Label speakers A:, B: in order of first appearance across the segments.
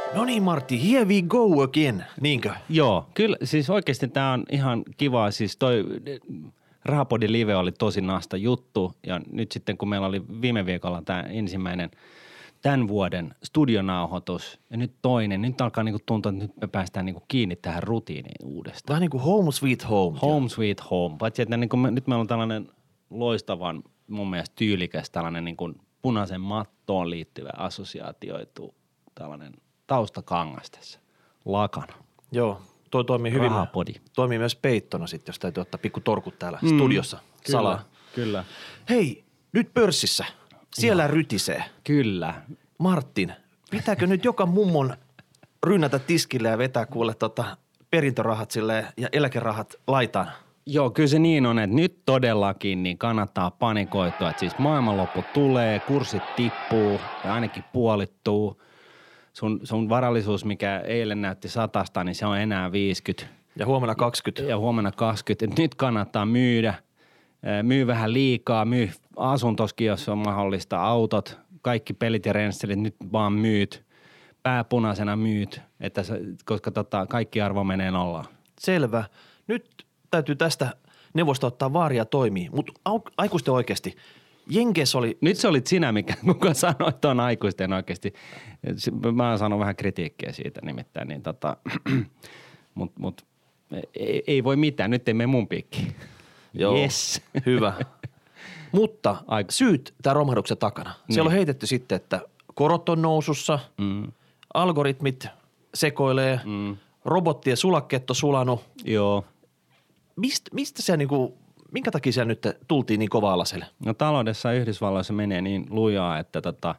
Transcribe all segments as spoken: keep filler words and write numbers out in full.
A: No niin Martti, here we go again, niinkö?
B: Joo, kyllä siis oikeasti tämä on ihan kiva. Siis toi Rahapodin live oli tosi nasta juttu ja nyt sitten kun meillä oli viime viikolla tämä ensimmäinen tämän vuoden studionauhoitus ja nyt toinen, nyt alkaa niinku tuntua, että nyt me päästään niinku kiinni tähän rutiiniin uudestaan.
A: Vähän niin kuin home sweet home.
B: Home sweet home. Paitsi että niinku me, nyt meillä on tällainen loistavan, mun mielestä tyylikäs tällainen niinku punaisen mattoon liittyvä assosiaatioitu tällainen taustakangas tässä lakana.
A: Joo, toi toimii hyvin.
B: Rahapodi.
A: Toimii myös peittona sitten, jos täytyy ottaa pikku torkut täällä mm, studiossa
B: kyllä,
A: salaa.
B: Kyllä.
A: Hei, nyt pörssissä. Siellä Joo. rytisee.
B: Kyllä.
A: Martin, pitääkö nyt joka mummon rynnätä tiskille ja vetää kuule tota perintörahat silleen ja eläkerahat laitaan?
B: Joo, kyllä se niin on, että nyt todellakin niin kannattaa panikoitua, että siis maailmanloppu tulee, kurssit tippuu ja ainakin puolittuu. Sun, sun varallisuus, mikä eilen näytti satasta, niin se on enää viisikymmentä.
A: Ja huomenna kaksikymmentä. Ja
B: huomenna kaksikymmentä. Nyt kannattaa myydä. Myy vähän liikaa, myy asuntoskin, jos on mahdollista, autot, kaikki pelit ja rensselit, nyt vaan myyt. Pääpunaisena myyt, että se, koska tota, kaikki arvo menee nollaan.
A: Selvä. Nyt täytyy tästä neuvosta ottaa vaaria toimii, mutta aikuisten oikeasti. Jenkeissä oli...
B: Nyt se olit sinä, mikä kuka sanoi, että on aikuisten oikeasti. Mä oon saanut vähän kritiikkiä siitä nimittäin, niin tota, mutta mut, ei, ei voi mitään, nyt ei mene mun piikkiin.
A: Joo,
B: yes.
A: Hyvä. Mutta Aik- syyt tämän romahduksen takana. Niin. Siellä on heitetty sitten, että korot on nousussa, mm. algoritmit sekoilee, mm. robottien sulakkeet on sulanut.
B: Joo.
A: Mist, mistä se niinku, minkä takia siellä nyt tultiin niin kova alaselle?
B: No taloudessa Yhdysvalloissa menee niin lujaa, että tota,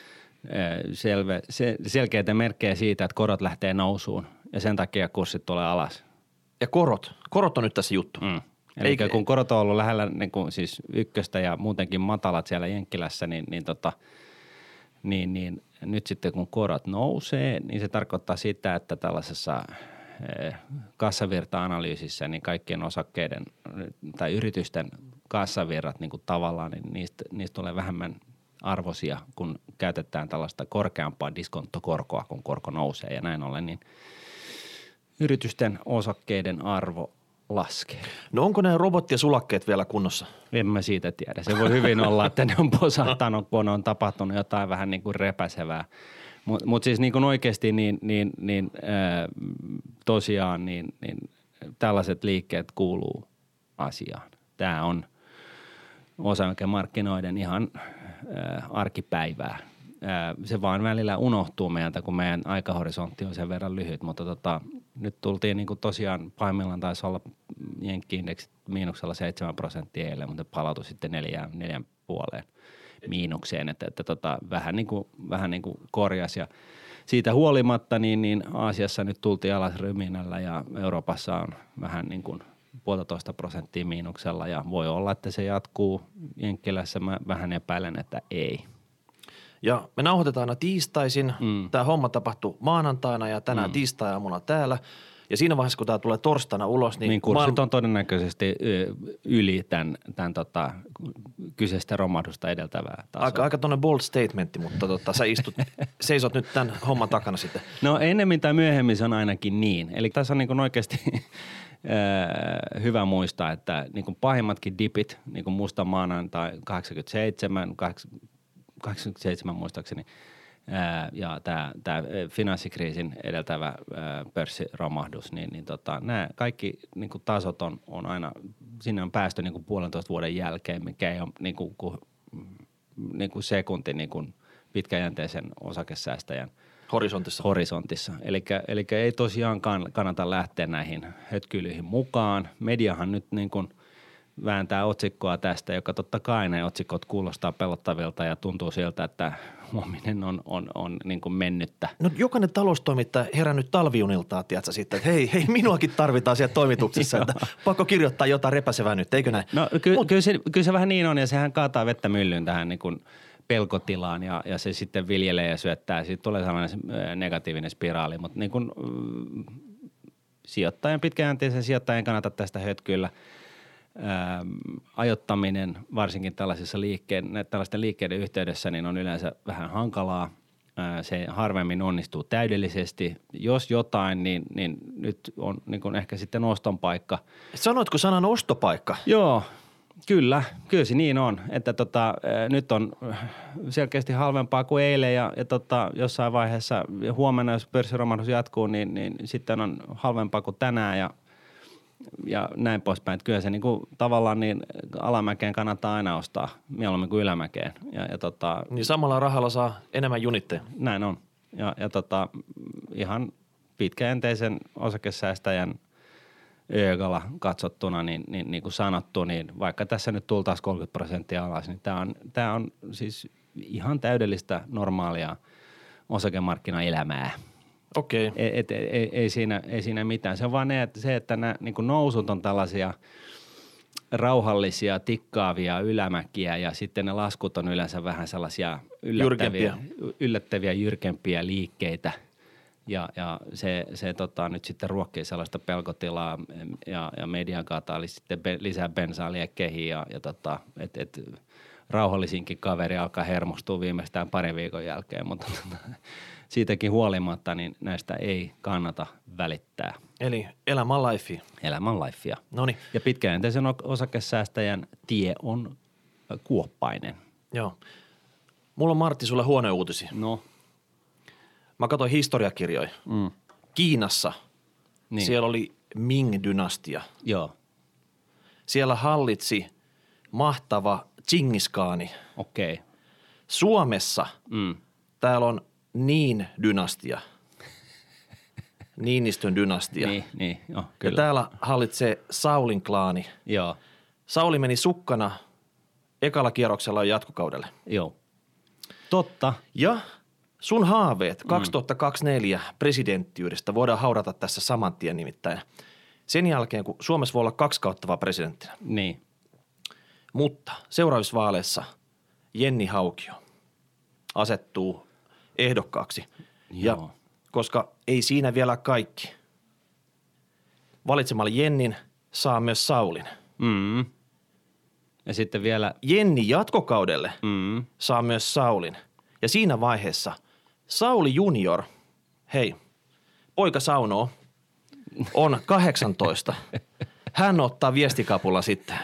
B: selve, se, selkeitä merkkejä siitä, että korot lähtee nousuun ja sen takia kurssit tulee alas.
A: Ja korot? Korot on nyt tässä juttu.
B: Mm. Eli Eikä, kun korot on ollut lähellä niin kuin siis ykköstä ja muutenkin matalat siellä Jenkkilässä, niin, niin, tota, niin, niin nyt sitten kun korot nousee, niin se tarkoittaa sitä, että tällaisessa eh, kassavirta-analyysissä niin kaikkien osakkeiden tai yritysten kassavirrat niin kuin tavallaan, niin niistä, niistä tulee vähemmän arvoisia, kun käytetään tällaista korkeampaa diskonttokorkoa, kun korko nousee ja näin ollen, niin yritysten osakkeiden arvo laskee.
A: No onko nämä robotti- ja sulakkeet vielä kunnossa?
B: En mä siitä tiedä. Se voi hyvin olla, että ne on posahtanut, kun on tapahtunut jotain vähän niin kuin repäsevää. Mutta mut siis niin kuin oikeasti niin, niin, niin äh, tosiaan niin, niin tällaiset liikkeet kuuluu asiaan. Tämä on osakemarkkinoiden ihan äh, arkipäivää. Se vaan välillä unohtuu meiltä, kun meidän aikahorisontti on sen verran lyhyt, mutta tota, nyt tultiin niin kuin tosiaan pahimmillaan taisi olla jenkki-indeksit miinuksella seitsemän prosenttia eilen, mutta palautui sitten neljään, neljän puoleen miinukseen, että, että tota, vähän niin kuin, vähän niin kuin korjasi ja siitä huolimatta niin, niin Aasiassa nyt tultiin alas ryminällä ja Euroopassa on vähän niin kuin puolitoista prosenttia miinuksella ja voi olla, että se jatkuu Jenkkilässä. Mä vähän epäilen, että ei.
A: Ja me nauhoitetaan aina tiistaisin. Mm. Tämä homma tapahtuu maanantaina ja tänään mm. tiistai-aamuna täällä. Ja siinä vaiheessa, kun tämä tulee torstaina ulos, niin...
B: Niin kurssit on todennäköisesti yli tämän, tämän tota, kyseistä romahdusta edeltävää tasoa.
A: Aika, aika tuonne bold statementti, mutta tota, sä istut, seisot nyt tämän homman takana sitten.
B: No ennemmin tai myöhemmin se on ainakin niin. Eli tässä on niin kuin oikeasti hyvä muistaa, että niin kuin pahimmatkin dipit, niin kuin musta maanantai kahdeksankymmentäseitsemän, kahdeksankymmentäseitsemän muistaakseni, ää, ja tämä tää finanssikriisin edeltävä ää, pörssiromahdus, niin, niin tota, nämä kaikki niin kuin tasot on, on aina, sinne on päästy niin kuin puolentoista vuoden jälkeen, mikä ei ole niin kuin, ku, niin kuin sekunti niin kuin pitkäjänteisen osakesäästäjän
A: horisontissa.
B: horisontissa. Eli ei tosiaan kannata lähteä näihin hötkylyihin mukaan. Mediahan nyt niin kuin vääntää otsikkoa tästä, joka totta kai ne otsikot kuulostaa pelottavilta ja tuntuu siltä, että huominen on, on, on niin kuin mennyttä.
A: No jokainen taloustoimittaja herännyt talviuniltaan, tiedätkö sitten, että hei, hei, minuakin tarvitaan siellä toimituksessa, että pakko kirjoittaa jotain repäsevää nyt, eikö näin?
B: No ky- Mut, kyllä, se, kyllä se vähän niin on ja sehän kaataa vettä myllyyn tähän niin kuin pelkotilaan ja, ja se sitten viljelee ja syöttää. Siitä tulee sellainen negatiivinen spiraali, mutta niin kuin sijoittajan, pitkäjänteisen sijoittajan kannata tästä hötkyillä. Ähm, ajoittaminen varsinkin tällaisissa liikkeen, tällaisten liikkeiden yhteydessä niin on yleensä vähän hankalaa Se harvemmin onnistuu täydellisesti. Jos jotain, niin, niin nyt on niin kuin ehkä sitten oston paikka.
A: Sanoitko sanan ostopaikka?
B: Joo, kyllä. Kyllä se niin on, että tota, nyt on selkeästi halvempaa kuin eilen ja, ja tota, jossain vaiheessa huomenna, jos pörssiromahdus jatkuu, niin, niin sitten on halvempaa kuin tänään ja ja näin poispäin. Että kyllä se niinku, tavallaan niin alamäkeen kannattaa aina ostaa mieluummin kuin ylämäkeen. Ja, ja tota,
A: niin samalla rahalla saa enemmän junitteja.
B: Näin on. Ja, ja tota, ihan pitkäjänteisen osakesäästäjän öökalla katsottuna, niin, niin, niin kuin sanottu, niin vaikka tässä nyt tultaisiin kolmekymmentä prosenttia alas, niin tämä on, tämä on siis ihan täydellistä normaalia osakemarkkinaelämää.
A: Okei.
B: Okay. Et, et, ei, ei, siinä, ei siinä mitään. Se on vaan ne, että se, että nämä niin kuin nousut on tällaisia rauhallisia, tikkaavia ylämäkiä ja sitten ne laskut on yleensä vähän sellaisia yllättäviä, yllättäviä jyrkempiä liikkeitä. Ja, ja se, se tota, nyt sitten ruokkii sellaista pelkotilaa ja, ja median kautta oli sitten be, lisää bensaa liekkeihin ja, ja tota, että et, rauhallisinkin kaveri alkaa hermostua viimeistään parin viikon jälkeen, mutta siitäkin huolimatta niin näistä ei kannata välittää.
A: Eli elämän lifea.
B: Elämän lifea.
A: Noniin.
B: Ja pitkäjänteisen osakesäästäjän tie on kuoppainen.
A: Joo. Mulla on Martti sulle huonoja uutisia.
B: No.
A: Mä katsoin historiakirjoja.
B: Mm.
A: Kiinassa. Niin. Siellä oli Ming-dynastia.
B: Joo.
A: Siellä hallitsi mahtava Tsingiskaani.
B: Okei. Okay.
A: Suomessa
B: mm.
A: täällä on Niin-dynastia. Niinistön dynastia.
B: Niin, niin. Oh, kyllä.
A: Ja täällä hallitsee Saulin klaani.
B: Joo.
A: Sauli meni sukkana ekalla kierroksella jatkokaudelle.
B: Joo. Totta.
A: Ja sun haaveet kaksituhattakaksikymmentäneljä presidenttiydestä voidaan haudata tässä saman tien nimittäin. Sen jälkeen, kun Suomessa voi olla kaksi kauttavaa presidenttinä.
B: Niin.
A: Mutta seuraavissa vaaleissa Jenni Haukio asettuu ehdokkaaksi.
B: Joo.
A: Ja koska ei siinä vielä kaikki. Valitsemalla Jennin saa myös Saulin.
B: Mm. Ja sitten vielä
A: Jenni jatkokaudelle
B: mm.
A: saa myös Saulin. Ja siinä vaiheessa Sauli junior, hei, poika saunoo, on kahdeksantoista. Hän ottaa viestikapulla sitten.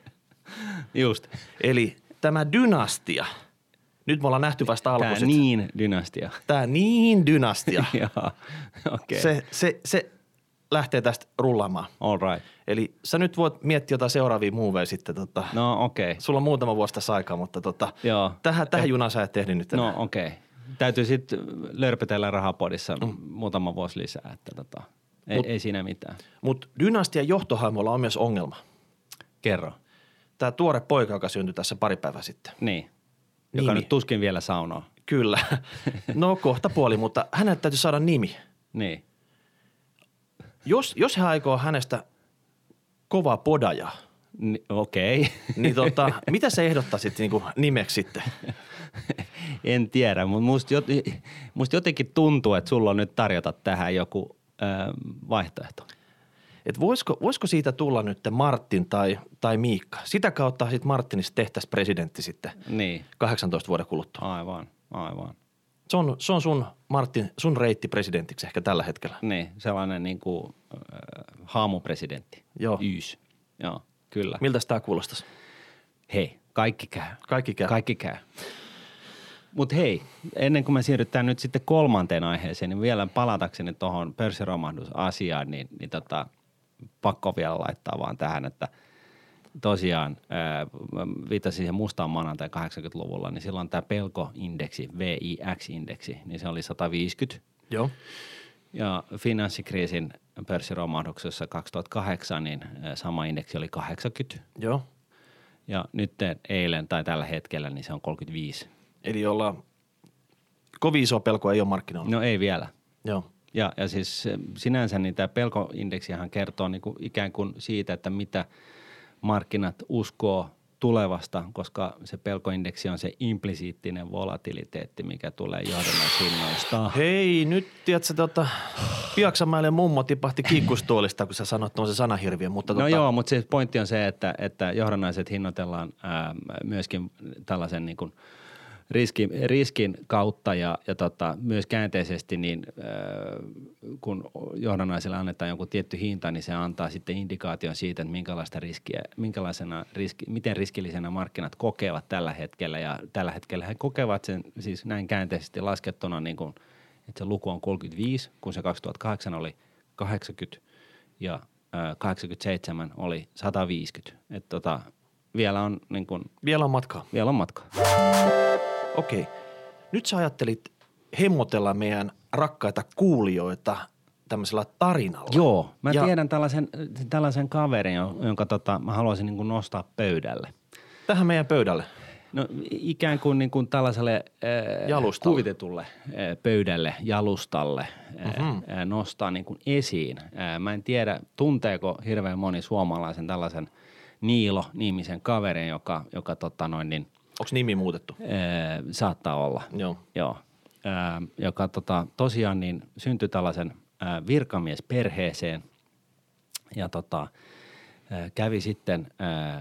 B: Just.
A: Eli tämä dynastia, nyt me ollaan nähty vasta alkuiset.
B: Tämä niin dynastia.
A: Tämä niin dynastia.
B: Joo, okei.
A: Se, se, se lähtee tästä rullaamaan.
B: All right.
A: Eli sä nyt voit miettiä jotain seuraavia moveja sitten. Tota.
B: No okei. Okay.
A: Sulla on muutama vuosi tässä aikaa, mutta tota,
B: Joo.
A: tähän, tähän junaan sä et tehnyt nyt enää.
B: No okei. Okay. Täytyy sitten lörpötellä rahapodissa mm. muutama vuosi lisää, että tota, ei,
A: mut,
B: ei siinä mitään.
A: Mutta dynastian johtohahmolla on myös ongelma.
B: Kerro.
A: Tämä tuore poika, joka syntyi tässä pari päivää sitten.
B: Niin. Joka
A: nimi.
B: Nyt tuskin vielä saunoo.
A: Kyllä. No kohta puoli, mutta hänelle täytyy saada nimi.
B: Niin.
A: Jos, jos hän aikoo hänestä kovaa podajaa,
B: Ni, okei. Okay.
A: niin tota, mitä sä ehdottaisit niin kuin nimeksi sitten?
B: En tiedä, mutta musta, jot, musta jotenkin tuntuu, että sulla on nyt tarjota tähän joku ö, vaihtoehto.
A: Et voisiko, voisiko siitä tulla nyt Martin tai, tai Miikka? Sitä kautta sitten Martinista tehtäisiin presidentti sitten
B: niin.
A: kahdeksantoista vuoden kuluttua.
B: Aivan, aivan.
A: Se on, se on sun, Martin, sun reitti presidentiksi ehkä tällä hetkellä.
B: Niin, sellainen niin kuin äh, haamupresidentti.
A: Joo.
B: Yys. Joo, kyllä.
A: Miltä tämä kuulostaisi?
B: Hei, kaikki käy.
A: Kaikki käy.
B: Kaikki käy. Mutta hei, ennen kuin me siirrytään nyt sitten kolmanteen aiheeseen, niin vielä palatakseni tuohon pörssiromahdusasiaan, niin, niin tota, pakko vielä laittaa vaan tähän, että tosiaan ää, viittasin siihen mustaan maanantai kahdeksankymmentäluvulla, niin silloin tämä pelkoindeksi, V I X-indeksi, niin se oli sata viisikymmentä.
A: Joo.
B: Ja finanssikriisin pörssiromahduksessa kaksituhattakahdeksan, niin sama indeksi oli kahdeksankymmentä.
A: Joo.
B: Ja nyt eilen tai tällä hetkellä, niin se on kolmekymmentäviisi.
A: Eli ollaan, kovin iso pelko ei ole markkinoilla.
B: No ei vielä.
A: Joo.
B: Ja, ja siis sinänsä niin tämä pelkoindeksihan kertoo niin kuin ikään kuin siitä, että mitä markkinat uskoo tulevasta, koska se pelkoindeksi on se implisiittinen volatiliteetti, mikä tulee johdannaishinnoista.
A: Hei, nyt tiedätkö, tota, Piaksamäelle mummo tipahti kiikkustuolista, kun sä sanoit tuon se sanahirviön. Mutta
B: no
A: tota...
B: joo, mutta se pointti on se, että, että johdannaiset hinnoitellaan ää, myöskin tällaisen niin kuin riskin, riskin kautta ja, ja tota, myös käänteisesti, niin äh, kun johdannaisille annetaan joku tietty hinta, niin se antaa sitten indikaation siitä, että minkälaista riskiä, minkälaisena riski, miten riskillisenä markkinat kokevat tällä hetkellä. Ja tällä hetkellä he kokevat sen siis näin käänteisesti laskettuna, niin kuin, että se luku on kolmekymmentäviisi, kun se kaksituhattakahdeksan oli kahdeksankymmentä ja äh, kahdeksankymmentäseitsemän oli sata viisikymmentä. Että tota, vielä on niin kuin,
A: Vielä on matkaa.
B: Vielä on matkaa.
A: Okei. Nyt sä ajattelit hemmotella meidän rakkaita kuulijoita tämmöisellä tarinalla.
B: Joo, mä
A: ja
B: tiedän tällaisen, tällaisen kaverin, jonka tota, mä haluaisin niin kuin nostaa pöydälle.
A: Tähän meidän pöydälle.
B: No ikään kuin, niin kuin tällaiselle äh, kuvitetulle äh, pöydälle, jalustalle mm-hmm. äh, nostaa niin kuin esiin. Äh, mä en tiedä, tunteeko hirveän moni suomalaisen tällaisen Niilo-nimisen kaverin, joka, joka tota noin niin,
A: onko nimi muutettu?
B: Ää, saattaa olla.
A: Joo.
B: Joo. Ää, joka tota, tosiaan niin syntyi tällaisen ää, virkamiesperheeseen ja tota, ää, kävi sitten ää,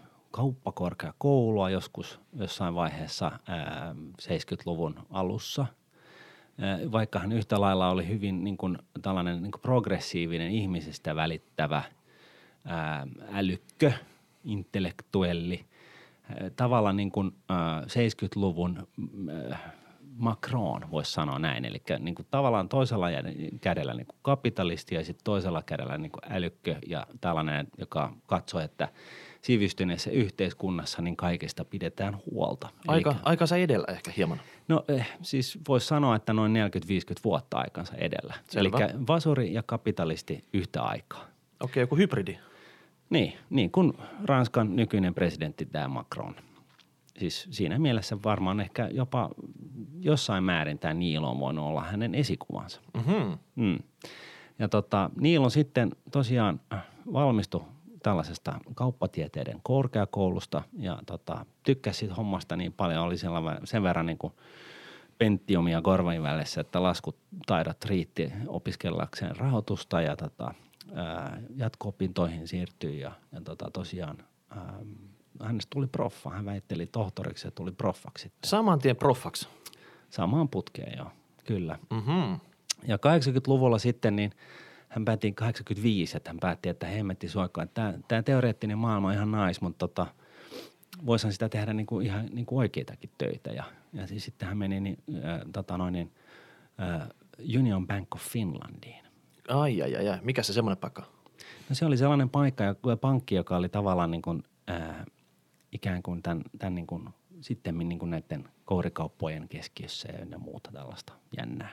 B: kauppakorkeakoulua joskus jossain vaiheessa ää, seitsemänkymmentäluvun alussa. Ää, vaikka hän yhtä lailla oli hyvin niin kuin, tällainen niin kuin progressiivinen ihmisistä välittävä ää, älykkö, intellektuelli, tavallaan niin kuin äh, seitsemänkymmentäluvun äh, Macron voisi sanoa näin, eli niin kuin tavallaan toisella kädellä niin kuin kapitalisti ja sitten toisella kädellä niin kuin älykkö ja tällainen, joka katsoo, että sivistyneessä yhteiskunnassa niin kaikesta pidetään huolta.
A: Aika,
B: Elikkä,
A: aikansa edellä ehkä hieman.
B: No eh, siis voisi sanoa, että noin neljäkymmentä viisikymmentä vuotta aikansa edellä. Eli vasuri ja kapitalisti yhtä aikaa.
A: Okei, joku hybridi.
B: Niin, niin kuin Ranskan nykyinen presidentti tämä Macron. Siis siinä mielessä varmaan ehkä jopa jossain määrin tämä Niilo on voinut olla hänen esikuvansa.
A: Mm-hmm.
B: Mm. Ja tota, Niilo sitten tosiaan valmistui tällaisesta kauppatieteiden korkeakoulusta ja tota, tykkäsi siitä hommasta niin paljon, oli sen verran niin kuin Pentiumia korvain välissä, että laskutaidot riitti opiskellakseen rahoitusta ja tota, ää, jatko-opintoihin siirtyi ja, ja tota, tosiaan ää, hänestä tuli proffa. Hän väitteli tohtoriksi ja tuli proffaksi.
A: Saman tien proffaksi.
B: Samaan putkeen, joo. Kyllä.
A: Mm-hmm.
B: Ja kahdeksankymmentäluvulla sitten niin hän päätti kahdeksankymmentäviisi, että hän päätti, että hemmetti soikkaan. Tämä, tämä teoreettinen maailma on ihan nais, mutta tota, voisihan sitä tehdä niin kuin ihan niin kuin oikeitakin töitä. Ja, ja siis sitten hän meni niin, äh, tota noin, niin, äh, Union Bank of Finlandiin.
A: Ai, ai, ai, ai. Mikä se semmoinen paikka?
B: No se oli sellainen paikka ja pankki, joka oli tavallaan niin kuin, äh, ikään kuin tämän, tämän niin kuin, sittemmin niin kuin näiden kourikauppojen keskiössä ja ynnä muuta tällaista jännää.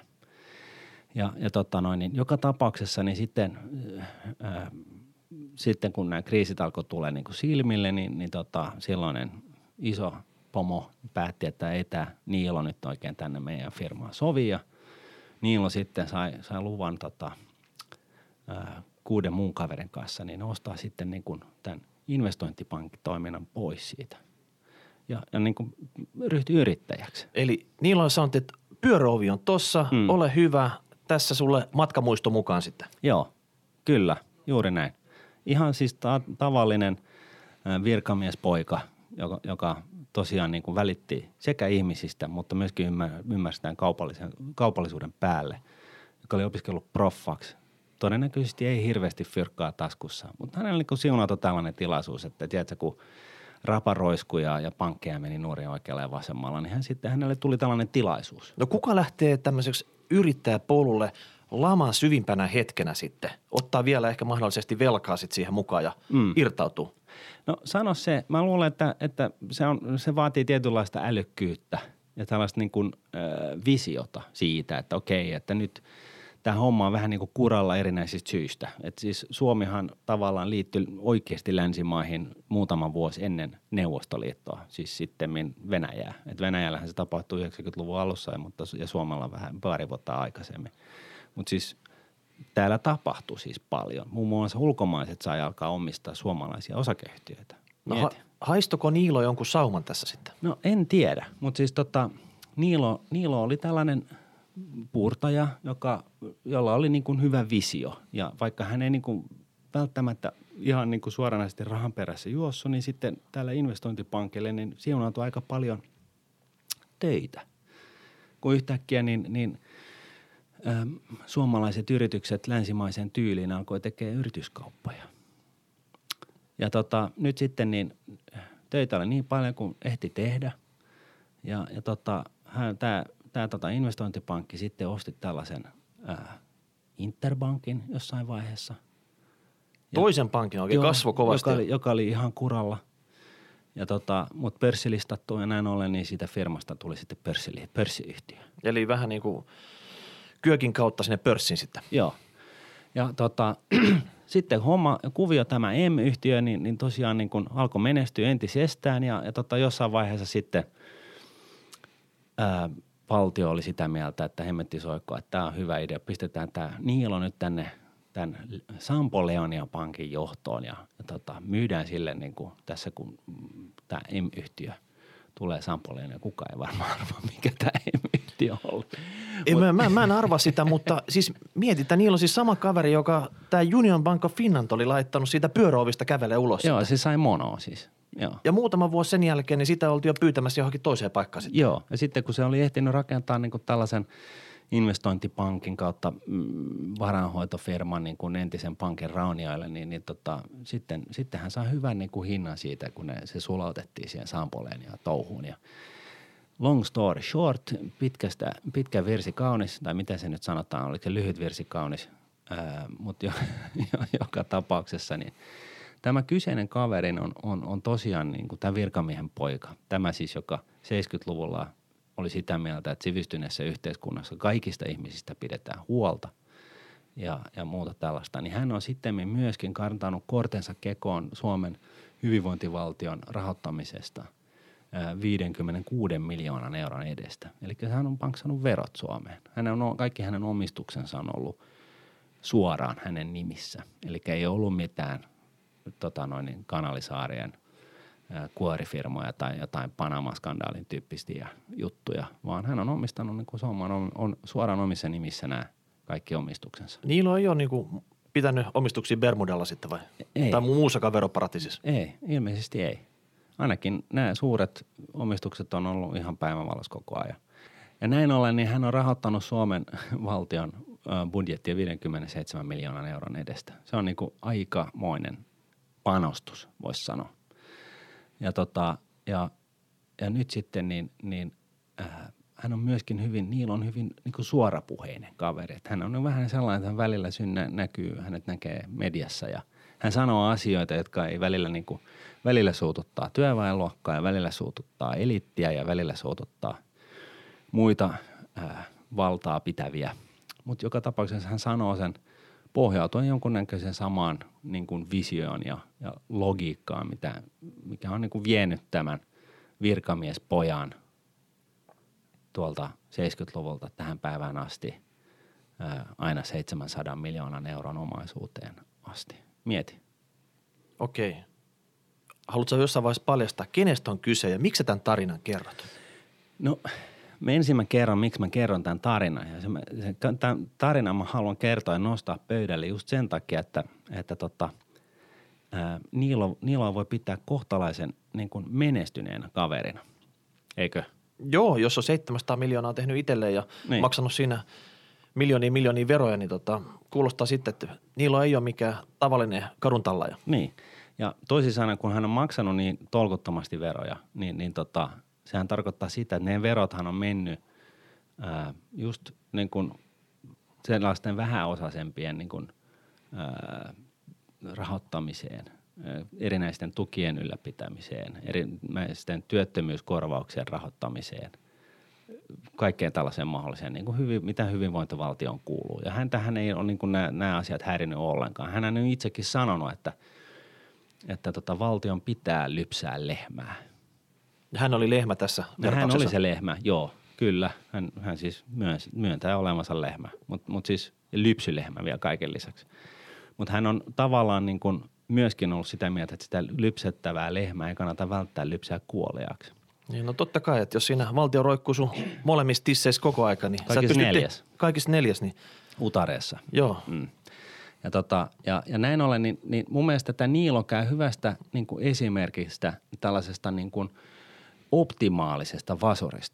B: Ja, ja tota noin, niin joka tapauksessa niin sitten, ää, sitten kun nämä kriisit alkoi tulla niin kuin silmille, niin, niin tota, silloinen iso pomo päätti, että ei tämä Niilo nyt oikein tänne meidän firmaan sovi. Ja Niilo sitten sai, sai luvan tota, ää, kuuden muun kaverin kanssa niin ostaa sitten niin kuin tämän investointipankkitoiminnan pois siitä. Ja, ja niin kuin ryhtyi yrittäjäksi.
A: Eli Niilo on sanonut, että pyöröovi on tossa, mm. ole hyvä, tässä sulle matkamuisto mukaan sitten.
B: Joo, kyllä, juuri näin. Ihan siis ta- tavallinen äh, virkamiespoika, joka, joka tosiaan niin kuin välitti sekä ihmisistä, mutta myöskin ymmär- ymmärsi tämän kaupallisen, kaupallisuuden päälle, joka oli opiskellut proffaksi. Todennäköisesti ei hirveästi fyrkkaa taskussa, mutta hänellä niin kuin siunattu tällainen tilaisuus, että tiedätkö, kun rapa roiskui ja, ja pankkeja meni nuorin oikealla ja vasemmalla, niin hän sitten, hänelle tuli tällainen tilaisuus.
A: No kuka lähtee tämmöiseksi yrittäjäpolulle laman syvimpänä hetkenä sitten? Ottaa vielä ehkä mahdollisesti velkaa sitten siihen mukaan ja mm. irtautuu.
B: No sano se, mä luulen, että, että se, on, se vaatii tietynlaista älykkyyttä ja tällaista niin kuin, äh, visiota siitä, että okei, että nyt tämä homma on vähän niin kuin kuralla erinäisistä syistä. Että siis Suomihan tavallaan liittyi oikeasti länsimaihin muutama vuosi ennen Neuvostoliittoa, siis sitten Venäjää. Että Venäjällähän se tapahtui yhdeksänkymmentäluvun alussa, mutta, ja Suomella vähän pari vuotta aikaisemmin. Mutta siis täällä tapahtui siis paljon. Muun muassa ulkomaiset sai alkaa omistaa suomalaisia osakeyhtiöitä.
A: No ha- haistuko Niilo jonkun sauman tässä sitten?
B: No en tiedä, mutta siis tota, Niilo, Niilo oli tällainen puurtaja, joka, jolla oli niin kuin hyvä visio. Ja vaikka hän ei niin kuin välttämättä ihan niin kuin suoranaisesti rahan perässä juossu, niin sitten täällä investointipankille niin siunautui aika paljon töitä. Kun yhtäkkiä niin, niin ä, suomalaiset yritykset länsimaisen tyyliin alkoi tekemään yrityskauppoja. Ja tota, nyt sitten niin töitä oli niin paljon kuin ehti tehdä. Ja, ja tota, tämä tää, tota investointipankki sitten osti tällaisen ää, Interbankin jossain vaiheessa.
A: Toisen pankin oikein kasvoi kovasti.
B: Joka oli, joka oli ihan kuralla. Ja tota, mutta pörssilistattu ja näin ollen, niin siitä firmasta tuli sitten pörssili, pörssiyhtiö.
A: Eli vähän niin kuin kyökin kautta sinne pörssiin sitten.
B: Joo. Ja tota, sitten homma, kuvio tämä M-yhtiö, niin, niin tosiaan niin kuin alkoi menestyä entisestään ja, ja tota, jossain vaiheessa sitten ää, valtio oli sitä mieltä, että hemmetti soikko, että tämä on hyvä idea. Pistetään tämä Niilo nyt tänne tämän Sampo Leonia pankin johtoon ja, ja tota, myydään sille niin kuin tässä, kun tämä M-yhtiö tulee Sampo Leonia. Kukaan ei varmaan arvaa, mikä tämä M-yhtiö on ollut.
A: Ei, Mut, mä, mä, mä en arvaa sitä, mutta siis mietitään, niillä on siis sama kaveri, joka tämä Union Bank of Finland oli laittanut siitä pyöräovista kävelee ulos.
B: Joo,
A: sitten.
B: se sai monoa siis. Joo.
A: Ja muutama vuosi sen jälkeen, niin sitä oltiin jo pyytämässä johonkin toiseen paikkaan sitten.
B: Joo, ja sitten kun se oli ehtinyt rakentaa niin kuin tällaisen investointipankin kautta mm, varainhoitofirman niin kuin entisen pankin raunioille, niin, niin tota, sitten, sitten hän saa hyvän niin kuin hinnan siitä, kun ne, se sulautettiin siihen Sampoleen ja touhuun. Ja long story short, pitkästä, pitkä virsi kaunis, tai miten se nyt sanotaan, oliko se lyhyt virsi kaunis, ää, mutta jo, jo, joka tapauksessa niin tämä kyseinen kaveri on, on, on tosiaan niin kuin tämä virkamiehen poika. Tämä siis, joka seitsemänkymmentäluvulla oli sitä mieltä, että sivistyneessä yhteiskunnassa kaikista ihmisistä pidetään huolta ja, ja muuta tällaista. Niin hän on sitten myöskin kantanut kortensa kekoon Suomen hyvinvointivaltion rahoittamisesta viisikymmentäkuusi miljoonan euron edestä. Eli hän on maksanut verot Suomeen. Hänen on, kaikki hänen omistuksensa on ollut suoraan hänen nimissä. Eli ei ollut mitään tota noin, kanalisaarien kuorifirmoja tai jotain Panama-skandaalin tyyppisiä juttuja, vaan hän on omistanut niin kuin Suomen on, on suoraan omissa nimissä nämä kaikki omistuksensa.
A: Niillä ei ole niin kuin pitänyt omistuksia Bermudalla sitten vai?
B: Ei.
A: Tai muussakaan veroparatiisissa?
B: Ei, ilmeisesti ei. Ainakin nämä suuret omistukset on ollut ihan päivänvalossa koko ajan. Ja näin ollen, niin hän on rahoittanut Suomen valtion budjettia viisikymmentäseitsemän miljoonan euron edestä. Se on niin kuin aikamoinen panostus, voisi sanoa. Ja, tota, ja, ja nyt sitten niin, niin äh, hän on myöskin hyvin, Niilo on hyvin niin kuin suorapuheinen kaveri. Että hän on vähän sellainen, että hän välillä synnä, näkyy, hänet näkee mediassa ja hän sanoo asioita, jotka ei välillä, niin kuin, välillä suututtaa työväenluokkaa ja välillä suututtaa eliittiä ja välillä suututtaa muita äh, valtaa pitäviä. Mutta joka tapauksessa hän sanoo sen pohjautuen jonkunnäköisen samaan niin kuin visioon ja, ja logiikkaan, mitä, mikä on niin kuin vienyt tämän virkamiespojan tuolta seitsemänkymmentäluvulta tähän päivään asti ää, aina seitsemänsadan miljoonan euron omaisuuteen asti. Mieti.
A: Okei. Haluatko jossain vaiheessa paljastaa, kenestä on kyse ja miksi sä tämän tarinan kerrot?
B: No mä ensin mä kerron, miksi mä kerron tämän tarinan. Ja se, se, tämän tarinan mä haluan kertoa ja nostaa pöydälle just sen takia, että, että tota, ää, Niilo, Niiloa voi pitää kohtalaisen niin kuin menestyneenä kaverina, eikö?
A: Joo, jos on seitsemänsataa miljoonaa tehnyt itselleen ja niin. maksanut siinä miljoonia miljoonia veroja, niin tota, kuulostaa sitten, että Niilo ei ole mikään tavallinen kaduntallaaja.
B: Niin, ja toisin sanoen, kun hän on maksanut niin tolkuttomasti veroja, niin, niin tota, sehän tarkoittaa sitä, että ne verothan on mennyt ää, just niin kuin sellaisten vähäosaisempien niin kuin, ää, rahoittamiseen, ää, erinäisten tukien ylläpitämiseen, erinäisten työttömyyskorvauksien rahoittamiseen, kaikkeen tällaiseen mahdolliseen, niin kuin hyvin, mitä hyvinvointivaltioon kuuluu. Ja häntähän ei ole niin kuin nämä, nämä asiat häirinyt ollenkaan. Hän on itsekin sanonut, että, että tota, valtion pitää lypsää lehmää.
A: Hän oli lehmä tässä vertauksessa.
B: Hän oli se lehmä, joo, kyllä. Hän, hän siis myönsi, myöntää olemansa lehmä, mutta mut siis lypsylehmä vielä kaiken lisäksi. Mutta hän on tavallaan niin kuin myöskin ollut sitä mieltä, että sitä lypsettävää lehmää ei kannata välttää lypsää kuoliaaksi.
A: Niin, no totta kai, että jos siinä valtio roikkuu sun molemmissa tisseissä koko aika, niin
B: kaikissa
A: sä
B: neljäs.
A: Te- kaikissa neljäs, niin
B: utareessa.
A: Joo.
B: Mm. Ja, tota, ja, ja näin ollen, niin, niin mun mielestä tämä Niilo käy hyvästä niin kuin esimerkistä tällaisesta niin kuin optimaalisesta vasurista.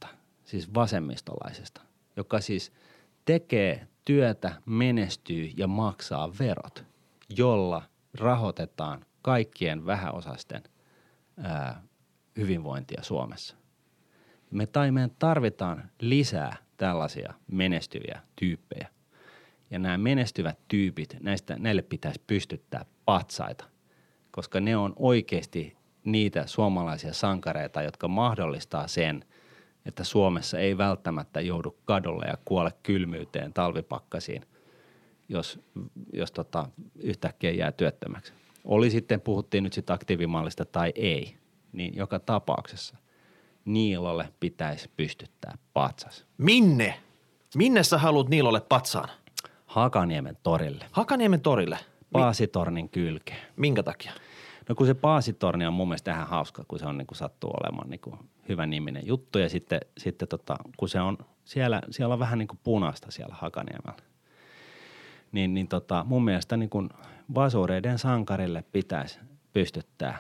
B: siis vasemmistolaisesta, joka siis tekee työtä, menestyy ja maksaa verot, jolla rahoitetaan kaikkien vähäosaisten ää, hyvinvointia Suomessa. Me, tai me tarvitaan lisää tällaisia menestyviä tyyppejä. Ja nämä menestyvät tyypit, näistä, näille pitäisi pystyttää patsaita, koska ne on oikeasti niitä suomalaisia sankareita, jotka mahdollistaa sen, että Suomessa ei välttämättä joudu kadulle ja kuole kylmyyteen talvipakkasiin, jos, jos tota, yhtäkkiä jää työttömäksi. Oli sitten, puhuttiin nyt sitten aktiivimallista tai ei, niin joka tapauksessa Niilolle pitäisi pystyttää patsas.
A: Minne? Minne sä haluat Niilolle patsaan?
B: Hakaniemen torille.
A: Hakaniemen torille?
B: Paasitornin kylkeen.
A: Minkä takia?
B: No kun se Paasitorni on mun mielestä ihan hauska, kun se on niin kuin sattuu olemaan niin kuin hyvä niminen juttu ja sitten, sitten tota, kun se on siellä, siellä on vähän niin kuin punaista siellä Hakaniemellä. Niin, niin tota, mun mielestä niin kuin vasureiden sankarille pitäisi pystyttää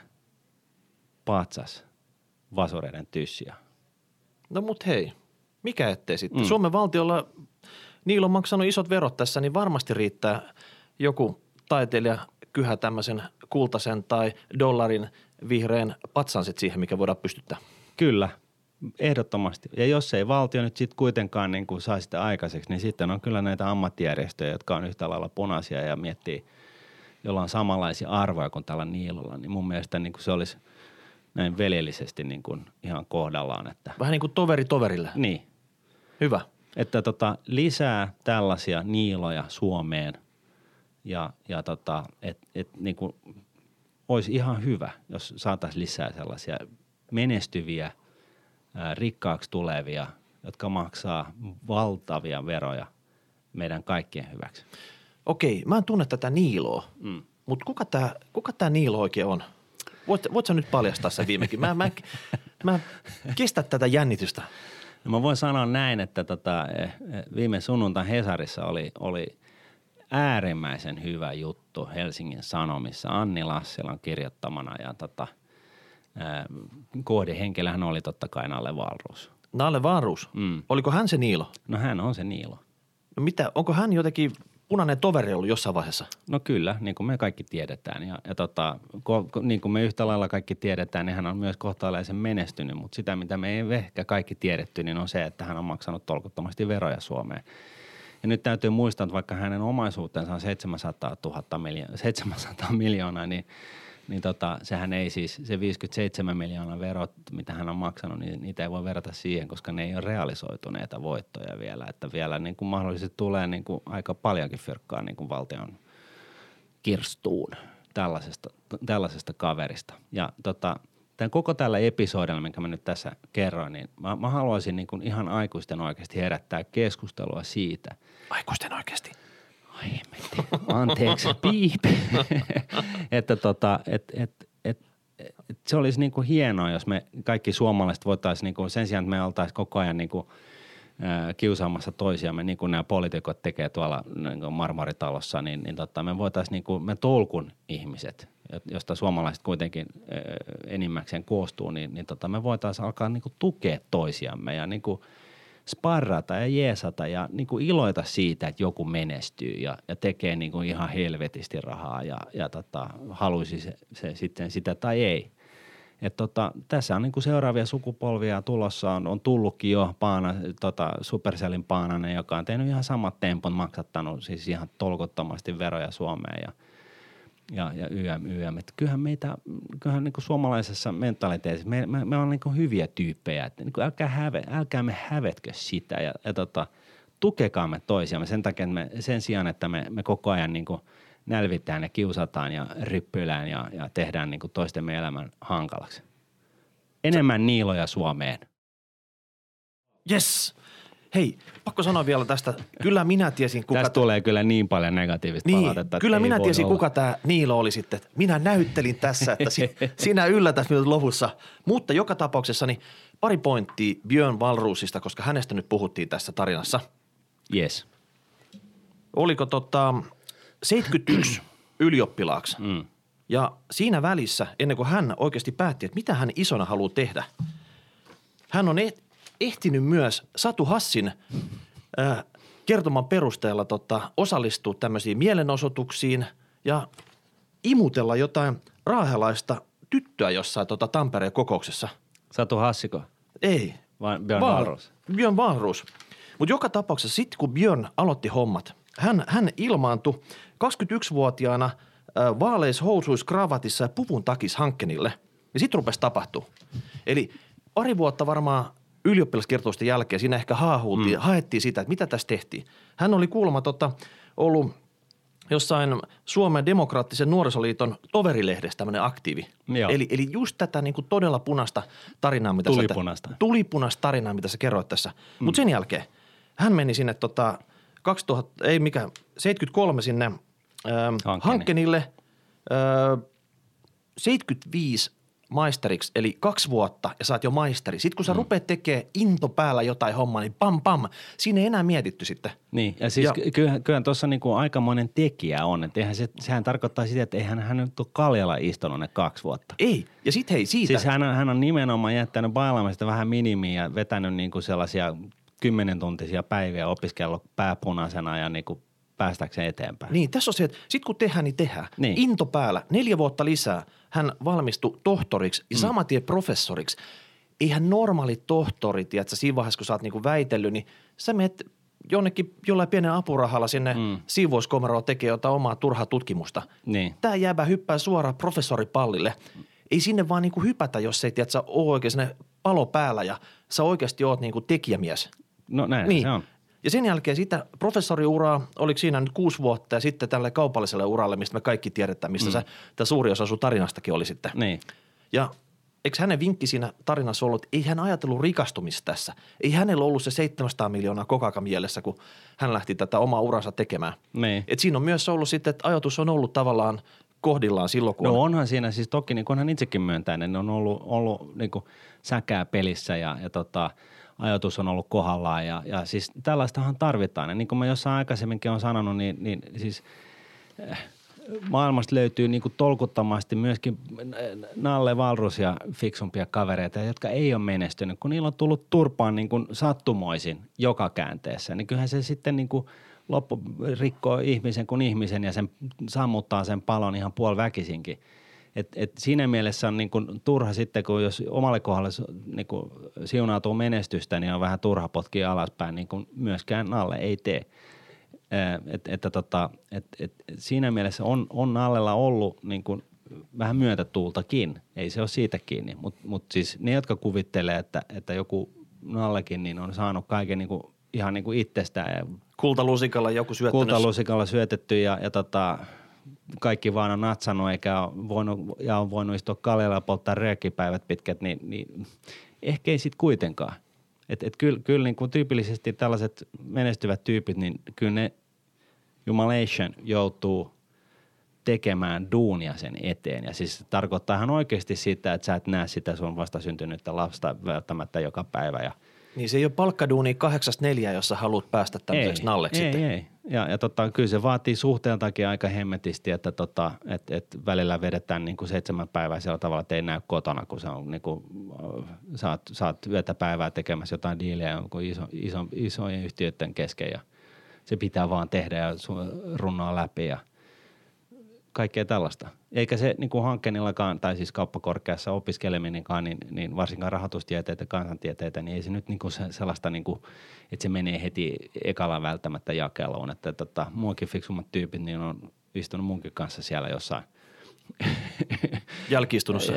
B: patsas vasureiden tyssiä.
A: No mut hei, mikä ettei sitten?
B: Mm.
A: Suomen valtiolla, niillä on maksanut isot verot tässä, niin varmasti riittää joku taiteilija kyhä tämmöisen kultaisen tai dollarin vihreän patsan sit siihen, mikä voidaan pystyttää.
B: Kyllä, ehdottomasti. Ja jos ei valtio nyt sitten kuitenkaan niin kuin saa sitä aikaiseksi, niin sitten on kyllä näitä ammattijärjestöjä, jotka on yhtä lailla punaisia ja miettii, jolla on samanlaisia arvoja kuin tällä Niilolla. Niin mun mielestä niin kuin se olisi näin veljellisesti niin kuin ihan kohdallaan. Että
A: Vähän niin kuin toveri toverille.
B: niin.
A: Hyvä.
B: Että tota, lisää tällaisia Niiloja Suomeen ja, ja tota, että et, niin kuin olisi ihan hyvä, jos saataisiin lisää sellaisia menestyviä, ää, rikkaaksi tulevia, jotka maksaa valtavia veroja meidän kaikkien hyväksi.
A: Okei, mä en tunne tätä Niiloa,
B: Mm.
A: mutta kuka tää, kuka tää Niilo oikein on? Voit, voit sä nyt paljastaa sen viimekin? Mä, mä, mä kestä tätä jännitystä.
B: No mä voin sanoa näin, että tota, viime sunnuntain Hesarissa oli, oli äärimmäisen hyvä juttu Helsingin Sanomissa Anni Lassilan kirjoittamana ja tota, kohdehenkilöhän oli totta kai Nalle Wahlroos.
A: Nalle Wahlroos?
B: Mm.
A: Oliko hän se Niilo?
B: No hän on se Niilo.
A: No mitä, onko hän jotenkin punainen toveri ollut jossain vaiheessa?
B: No kyllä, niin kuin me kaikki tiedetään ja, ja tota, ko, ko, niin kuin me yhtä lailla kaikki tiedetään, niin hän on myös kohtalaisen menestynyt, mutta sitä mitä me ei ehkä kaikki tiedetty, niin on se, että hän on maksanut tolkuttomasti veroja Suomeen. Ja nyt täytyy muistaa, että vaikka hänen omaisuutensa on seitsemänsataa tuhatta miljoonaa, seitsemänsataa miljoonaa, niin, niin tota, sehän ei siis, se viisikymmentäseitsemän miljoonaa verot, mitä hän on maksanut, niin niitä ei voi verrata siihen, koska ne ei ole realisoituneita voittoja vielä. Että vielä niin kuin mahdollisesti tulee niin kuin aika paljonkin fyrkkaa niin kuin valtion kirstuun tällaisesta, tällaisesta kaverista. Ja tota, tämän koko tällä episodilla, minkä mä nyt tässä kerroin, niin mä, mä haluaisin niin kuin ihan aikuisten oikeasti herättää keskustelua siitä.
A: Aikuisten oikeasti.
B: Ai hemmetti. Anteeksi, piip. että tota, et, et, et, et se olisi niinku hienoa, jos me kaikki suomalaiset voitaisiin niinku, sen sijaan, että me oltaisiin koko ajan niinku, ää, kiusaamassa toisiamme, niin kuin nämä poliitikot tekee tuolla niinku Marmoritalossa, niin, niin tota, me voitaisiin niinku, me tolkun ihmiset, josta suomalaiset kuitenkin ää, enimmäkseen koostuu, niin, niin tota, me voitaisiin alkaa niinku tukea toisiamme ja niinku sparrata ja jeesata ja niin kuin iloita siitä, että joku menestyy ja, ja tekee niin kuin ihan helvetisti rahaa ja, ja tota, haluaisi se, se sitten sitä tai ei. Et tota, tässä on niin kuin seuraavia sukupolvia tulossa, on, on tullutkin jo Paana, tota, Supercellin Paananen, joka on tehnyt ihan samat tempon, maksattanut siis ihan tolkottomasti veroja Suomeen ja Ja, ja Y M, Y M. Että kyllähän meitä, kyllähän niin kuin suomalaisessa mentaliteetissa, me, me, me on niin kuin hyviä tyyppejä, että niin kuin älkää, häve, älkää me hävetkö sitä ja, ja tota, tukekaamme toisiamme sen takia, että me, sen sijaan, että me, me koko ajan niin kuin nälvitään ja kiusataan ja ryppylään ja, ja tehdään niin kuin toistemme elämän hankalaksi. Enemmän Niiloja Suomeen.
A: Yes. Hei, pakko sanoa vielä tästä. Kyllä minä tiesin, kuka...
B: Tästä tulee kyllä niin paljon negatiivista
A: niin,
B: palautetta.
A: Kyllä minä tiesin,
B: olla.
A: kuka tämä Niilo oli sitten. Minä näyttelin tässä, että si, sinä yllätät minut lopussa. Mutta joka tapauksessa niin pari pointtia Björn Wahlroosista, koska hänestä nyt puhuttiin tässä tarinassa.
B: Yes.
A: Oliko tota seitsemänkymmentäyksi ylioppilaaksi.
B: Mm.
A: Ja siinä välissä, ennen kuin hän oikeasti päätti, että mitä hän isona haluaa tehdä, hän on et, ehtinyt myös Satu Hassin äh, kertoman perusteella tota, osallistua tämmöisiin mielenosoituksiin ja imutella jotain raahelaista tyttöä jossain tota, Tampereen kokouksessa.
B: Satu Hassiko?
A: Ei.
B: Vai Björn
A: Vaan-
B: Wahlroos?
A: Björn Wahlroos. Mutta joka tapauksessa sitten kun Björn aloitti hommat, hän, hän ilmaantui kaksikymmentäyksivuotiaana äh, vaaleissa housuissa, kravatissa ja puvun takis Hankkenille. Ja sitten rupesi tapahtua. Eli pari vuotta varmaan ylioppilaskiertoisten jälkeen siinä ehkä haahuultiin, mm. haettiin sitä, että mitä tässä tehtiin. Hän oli kuulemma tota, ollut jossain Suomen demokraattisen nuorisoliiton toverilehdessä tämmöinen aktiivi. Eli, eli just tätä niin kuin todella punaista tarinaa, mitä
B: Tulipunasta.
A: sä, tulipunasta tarinaa, mitä sä kerroit tässä. Mm. Mutta sen jälkeen hän meni sinne tota kaksituhatta, ei mikä, seitsemänkymmentäkolme sinne ähm,
B: Hankkeni.
A: Hankkenille, äh, seitsemänkymmentäviisi maisteriksi, eli kaksi vuotta ja saat jo maisteri. Sitten kun sä mm. rupeat tekemään into päällä jotain hommaa, niin pam pam, siinä ei enää mietitty sitten.
B: Niin, ja siis ja, kyllähän, kyllähän tuossa niinku aikamoinen tekijä on, että eihän se, sehän tarkoittaa sitä, että eihän hän nyt ole kaljalla istunut ne kaksi vuotta.
A: Ei, ja sit hei siitä.
B: Siis hän on, hän on nimenomaan jättänyt bailaamista vähän minimiä ja vetänyt niinku sellaisia kymmenentuntisia päiviä, opiskellut pääpunaisena ja niinku päästäkseen eteenpäin.
A: Niin, tässä on se, että sit kun tehdään, niin tehdään.
B: Niin.
A: Into päällä, neljä vuotta lisää, hän valmistui tohtoriksi ja mm. saman tien professoriksi. Eihän normaalit tohtorit, että siinä vaiheessa, kun sä oot niinku väitellyt, niin sä menet jonnekin jollain pienen apurahalla sinne mm. siivouskomeroon tekee jotain omaa turhaa tutkimusta.
B: Niin.
A: Tää jäävä hyppää suoraan professoripallille. Ei sinne vaan niinku hypätä, jos ei tiedä, että sä oot oikein sinne palo päällä ja sä oikeasti oot niinku tekijämies.
B: No näin
A: niin.
B: se on.
A: Ja sen jälkeen sitä professoriuraa, oliko siinä nyt kuusi vuotta ja sitten tälle kaupalliselle uralle, mistä me kaikki tiedetään, mistä mm. sä, tämä suuri osa sun tarinastakin oli sitten.
B: Niin.
A: Ja eikö hänen vinkki siinä tarinassa ollut, että ei hän ajatellut rikastumista tässä. Ei hänellä ollut se seitsemänsataa miljoonaa kokaka mielessä, kun hän lähti tätä omaa uransa tekemään.
B: Niin.
A: Et siinä on myös ollut sitten, että ajatus on ollut tavallaan kohdillaan silloin, kun
B: No
A: on.
B: onhan siinä siis toki, niin kuin hän itsekin myöntää, ne on ollut, ollut niin kuin säkää pelissä ja, ja tota, ajatus on ollut kohdallaan ja, ja siis tällaistahan tarvitaan. Ja niin kuin mä jossain aikaisemminkin olen sanonut, niin, niin siis äh, maailmasta löytyy niin kuin tolkuttomasti myöskin Nalle Wahlroosia fiksumpia kavereita, jotka ei ole menestynyt, kun niillä on tullut turpaan niin kuin sattumoisin joka käänteessä. Niin kyllähän se sitten niin kuin loppu rikkoo ihmisen kuin ihmisen ja sen sammuttaa sen palon ihan puoliväkisinkin. Et, et siinä mielessä on niin kuin turha sitten, kun jos omalle kohdalle niin kuin siunautuu menestystä, niin on vähän turha potkia alaspäin, niin kuin myöskään Nalle ei tee. Että et, tota, et, et, siinä mielessä on, on Nallella ollut niin kuin vähän myötätuultakin, ei se ole siitä kiinni, mutta mut siis ne, jotka kuvittelee, että, että joku Nallekin niin on saanut kaiken niin kuin, ihan niin kuin itsestään. Ja
A: kultalusikalla joku syöttänyt.
B: Kultalusikalla syötetty ja, ja tota, kaikki vaan on natsannut eikä ole voinut, ja on voinut istua kaljalla ja polttaa röökipäivät pitkät, niin, niin ehkä ei sitten kuitenkaan. Että et kyllä, kyllä niin kuin tyypillisesti tällaiset menestyvät tyypit, niin kyllä ne jumalation joutuu tekemään duunia sen eteen. Ja siis tarkoittaa ihan oikeasti sitä, että sä et näe sitä sun vastasyntynyttä lasta välttämättä joka päivä. Ja
A: niin se ei ole palkkaduuni kahdeksasta neljään, jos sä haluat päästä tämmöiseksi
B: ei,
A: Nalleksi
B: ei,
A: sitten.
B: Ei, ja, ja tota, kyllä se vaatii suhteeltakin aika hemmetisti, että tota, et, et välillä vedetään niin kuin seitsemän päivää sillä tavalla, että ei näy kotona, kun sä, on, niin kuin, saat, saat yötä päivää tekemässä jotain diiliä iso, iso, isojen yhtiöiden kesken ja se pitää vaan tehdä ja runnoa läpi ja kaikkea tällaista. Eikä se niin kuin Hankkenillakaan, tai siis kauppakorkeassa opiskeleminenkaan, niin, niin varsinkaan rahoitustieteitä ja kansantieteitä, niin ei se nyt niin kuin se, sellaista, niin kuin, että se menee heti ekalla välttämättä jakeluun. Että tota, muakin fiksummat tyypit, niin on istunut munkin kanssa siellä jossain
A: jälki-istunnossa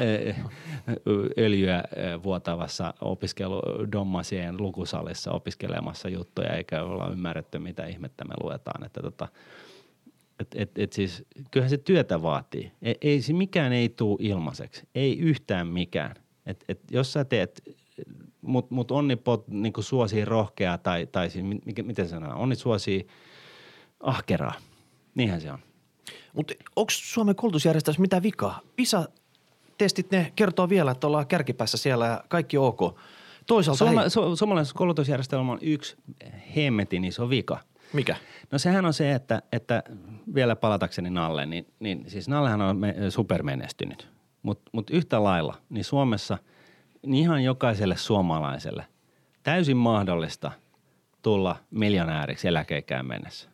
B: öljyä vuotavassa opiskeludommasien lukusalissa opiskelemassa juttuja, eikä olla ymmärretty, mitä ihmettä me luetaan. Että tota, Että et, et siis kyllähän se työtä vaatii. Ei, ei se mikään ei tule ilmaiseksi. Ei yhtään mikään. Et, et jos sä teet, mut, mut onni pot, niinku suosii rohkeaa tai, tai siis, mikä, miten sanotaan, onni suosii ahkeraa. Niinhän se on.
A: Mutta onko Suomen koulutusjärjestelmässä mitään vikaa? PISA-testit, ne kertoo vielä, että ollaan kärkipäässä siellä ja kaikki ok. Toisaalta
B: Suoma,
A: hei.
B: su, suomalaisessa koulutusjärjestelmä on yksi hemmetin iso vika.
A: Mikä?
B: No sehän on se, että, että vielä palatakseni Nalle, niin, niin siis Nallehan on me, supermenestynyt. Mutta mut yhtä lailla, niin Suomessa niin ihan jokaiselle suomalaiselle täysin mahdollista tulla miljonääriksi eläkeikään mennessä.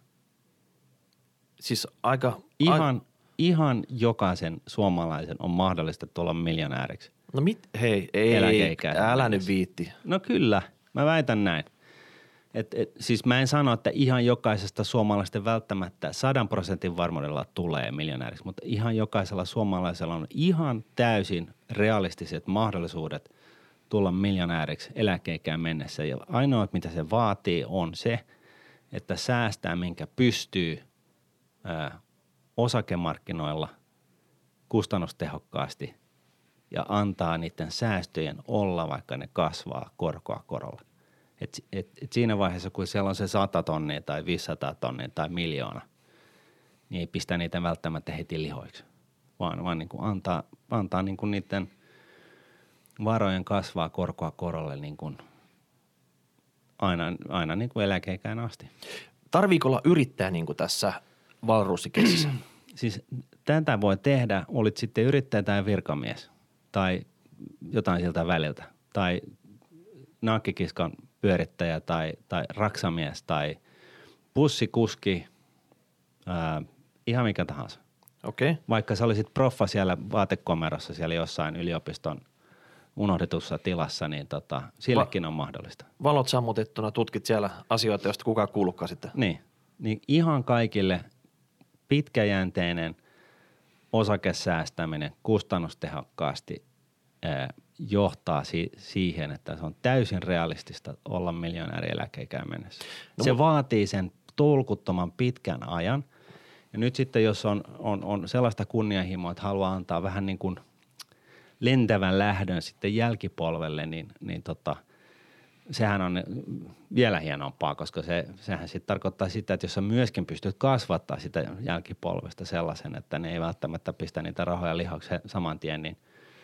A: Siis aika...
B: Ihan,
A: a...
B: ihan jokaisen suomalaisen on mahdollista tulla miljonääriksi.
A: No mit, hei, ei, älä nyt viitti.
B: No kyllä, mä väitän näin. Et, et, siis mä en sano, että ihan jokaisesta suomalaisesta välttämättä sadan prosentin varmuudella tulee miljonääriksi, mutta ihan jokaisella suomalaisella on ihan täysin realistiset mahdollisuudet tulla miljonääriksi eläkeikään mennessä. Ja ainoa, mitä se vaatii, on se, että säästää, minkä pystyy ää, osakemarkkinoilla kustannustehokkaasti ja antaa niiden säästöjen olla, vaikka ne kasvaa korkoa korolla. Et, et, et siinä vaiheessa, kun siellä on se sata tonnia tai viisisataa tonnia tai miljoona, niin ei pistä niitä välttämättä heti lihoiksi, vaan, vaan niin kuin antaa, antaa niin kuin niiden varojen kasvaa korkoa korolle niin kuin aina, aina niin kuin eläkeikään asti.
A: Tarviiko olla yrittäjä niin kuin tässä Walrus-keisissä?
B: Siis tätä voi tehdä, olit sitten yrittäjä tai virkamies tai jotain siltä väliltä tai nakkikiskan pyörittäjä tai, tai raksamies tai bussikuski, ää, ihan mikä tahansa.
A: Okei. Okay.
B: Vaikka sä olisit proffa siellä vaatekomerossa siellä jossain yliopiston unohdetussa tilassa, niin tota, sillekin Va- on mahdollista.
A: Valot sammutettuna tutkit siellä asioita, joista kukaan kuulukaan sitten.
B: Niin, niin ihan kaikille pitkäjänteinen osakesäästäminen kustannustehokkaasti ää, johtaa si- siihen, että se on täysin realistista olla miljonääri eläkeikään mennessä. No, se vaatii sen tolkuttoman pitkän ajan. Ja nyt sitten, jos on, on, on sellaista kunnianhimoa, että haluaa antaa vähän niin kuin lentävän lähdön sitten jälkipolvelle, niin, niin tota, sehän on vielä hienompaa, koska se, sehän sitten tarkoittaa sitä, että jos sä myöskin pystyt kasvattaa sitä jälkipolvesta sellaisen, että ne ei välttämättä pistä niitä rahoja lihaksi saman tien, niin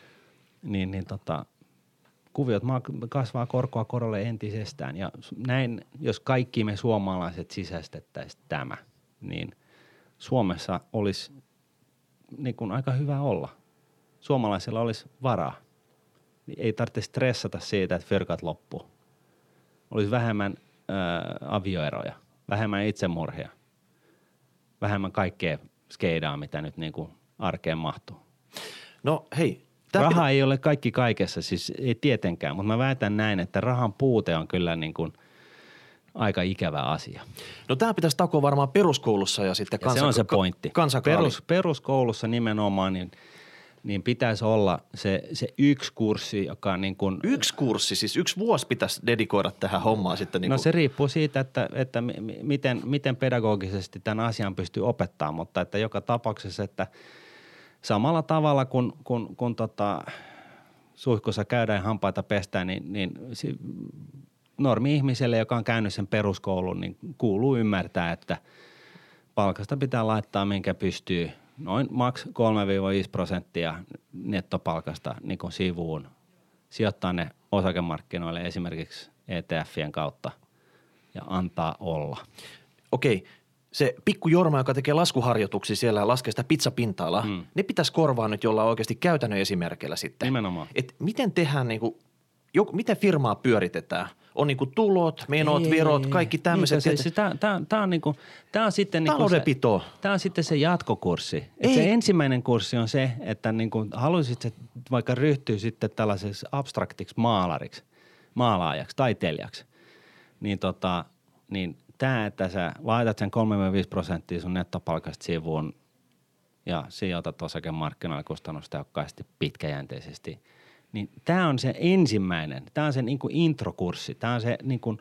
B: niin, niin tota, kuviot kasvaa korkoa korolle entisestään. Ja näin, jos kaikki me suomalaiset sisäistettäisiin tämä, niin Suomessa olisi niin kuin aika hyvä olla. Suomalaisilla olisi varaa. Ei tarvitse stressata siitä, että fyrkat loppuu. Olisi vähemmän ää, avioeroja, vähemmän itsemurhia, vähemmän kaikkea skeidaa, mitä nyt niin kuin arkeen mahtuu.
A: No hei.
B: Raha pitä... ei ole kaikki kaikessa, siis ei tietenkään, mutta mä väitän näin, että rahan puute on kyllä niin kuin aika ikävä asia.
A: No tämä pitäisi takoa varmaan peruskoulussa ja sitten kansa...
B: Ja se on se pointti.
A: Ka-
B: Perus, peruskoulussa nimenomaan niin, niin pitäisi olla se, se yksi kurssi, joka on niin kuin...
A: Yksi kurssi, siis yksi vuosi pitäisi dedikoida tähän hommaan sitten. Niin
B: no
A: kuin...
B: se riippuu siitä, että, että miten, miten pedagogisesti tämän asian pystyy opettamaan, mutta että joka tapauksessa, että samalla tavalla kun, kun, kun tota, suihkussa käydään ja hampaita pestään, niin, niin normi-ihmiselle, joka on käynyt sen peruskoulun, niin kuuluu ymmärtää, että palkasta pitää laittaa, minkä pystyy noin maks kolme viisi prosenttia nettopalkasta niin kuin sivuun, sijoittaa ne osakemarkkinoille esimerkiksi E T F:ien kautta ja antaa olla.
A: Okei. Se pikku Jorma, joka tekee laskuharjoituksia siellä ja laskee sitä pizzapinta-alaa, mm. ne pitäisi korvaa nyt jollain oikeasti käytännön esimerkillä sitten.
B: Nimenomaan.
A: Et miten tehdään niinku, joku, miten firmaa pyöritetään? On niinku tulot, menot, ei, virot, kaikki tämmöiset.
B: Niin, se, tämä, tämä, tämä on niinku, tämä on sitten niinku
A: taloudenpito.
B: Se, tämä on sitten se jatkokurssi. Et se ensimmäinen kurssi on se, että niinku haluaisit se vaikka ryhtyä sitten tällaiseksi abstraktiksi maalariksi, maalaajaksi, taiteilijaksi, niin tota, niin tämä, että sä laitat sen kolme viisi prosenttia sun nettopalkasta sivuun ja sijoitat osakemarkkinoilla kustannustehokkaasti pitkäjänteisesti, niin tämä on se ensimmäinen, tämä on se niin kuin introkurssi, tämä on se, niin kuin,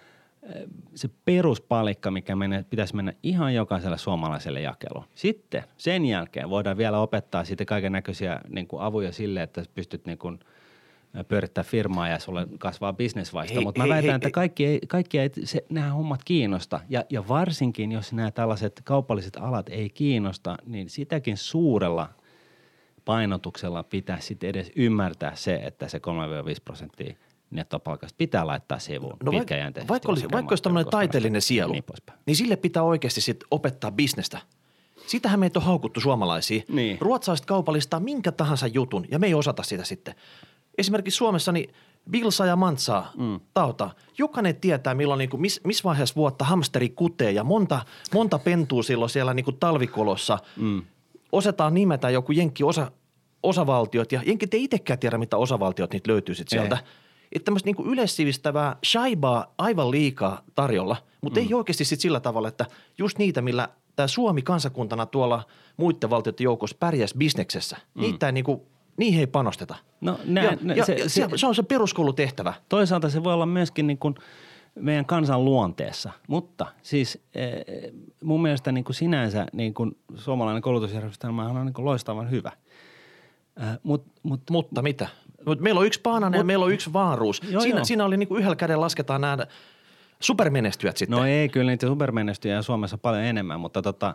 B: se peruspalikka, mikä mene, pitäisi mennä ihan jokaiselle suomalaiselle jakeluun. Sitten sen jälkeen voidaan vielä opettaa sitten kaiken näköisiä niin kuin avuja sille, että pystyt niin kuin pyörittää firmaa ja sulle kasvaa bisnesvaihto, mutta mä väitän, hei, että kaikki ei, kaikki ei se, nämä hommat kiinnosta. Ja, ja varsinkin, jos nämä tällaiset kaupalliset alat ei kiinnosta, niin sitäkin suurella painotuksella pitää sitten edes ymmärtää se, että se kolme viisi prosenttia nettopalkasta pitää laittaa sivuun no pitkäjänteisesti.
A: Vaikka olisi, vaikka olisi tämmöinen taiteellinen sielu, niin, niin sille pitää oikeasti sitten opettaa bisnestä. Sitähän meitä on haukuttu suomalaisia.
B: Niin.
A: Ruotsalaiset kaupallistaa minkä tahansa jutun ja me ei osata sitä sitten. Esimerkiksi Suomessa niin Bilsa ja Mantsaa, mm. tauta. Jokainen tietää, milloin niin kuin, miss, missä vaiheessa vuotta hamsteri kutee ja monta, monta pentua silloin siellä niin kuin talvikolossa. Mm. Osataan nimetä joku jenkki osa, osavaltiot ja jenkit ei itsekään tiedä, mitä osavaltiot niitä löytyy sit sieltä. Ei. Että tämmöistä niin kuin yleissivistävää shaibaa aivan liikaa tarjolla, mutta mm. ei oikeasti sit sillä tavalla, että just niitä, millä tämä Suomi kansakuntana tuolla muiden valtioiden joukossa pärjäisi bisneksessä, mm. niitä ei niin kuin, niihin ei panosteta. No, nä, ja, nä, ja, se, ja se, se on se peruskoulutehtävä.
B: Toisaalta se voi olla myöskin niin kuin meidän kansan luonteessa, mutta siis eh, mun mielestä niin kuin sinänsä niin kuin suomalainen koulutusjärjestelmä on niin kuin loistavan hyvä. Äh, mut, mut,
A: mutta mitä? Mut meillä on yksi Paananen ja meillä on yksi Wahlroos. Joo, siinä, joo. siinä oli niin kuin yhdellä kädellä lasketaan nämä supermenestyjät sitten.
B: No ei, kyllä niitä supermenestyjä Suomessa paljon enemmän, mutta tota,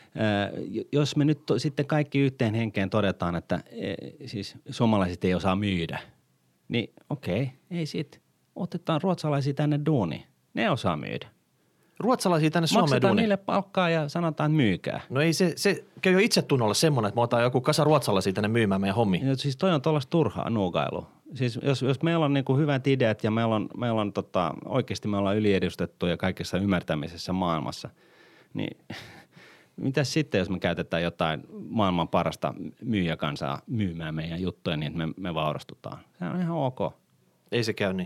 B: jos me nyt to, sitten kaikki yhteen henkeen todetaan, että e, siis suomalaiset ei osaa myydä, niin okei, ei sit. Otetaan ruotsalaisia tänne duuniin. Ne osaa myydä.
A: Ruotsalaisia tänne Suomeen
B: Maksetaan
A: duuniin?
B: niille palkkaa ja sanotaan, että myykää.
A: No ei se, se käy jo itsetunnolla semmoinen, että me otetaan joku kasa ruotsalaisia tänne myymään meidän hommiin.
B: No, siis toi on tuollaista turhaa nuukailua. Siis jos, jos meillä on niinku hyvät ideat ja meillä on, meillä on tota, oikeasti me ollaan yliedustettuja kaikessa ymmärtämisessä maailmassa, niin mitäs sitten, jos me käytetään jotain maailman parasta myyjäkansaa myymään meidän juttuja niin, että me, me vaurastutaan? Se on ihan ok.
A: Ei se käy niin.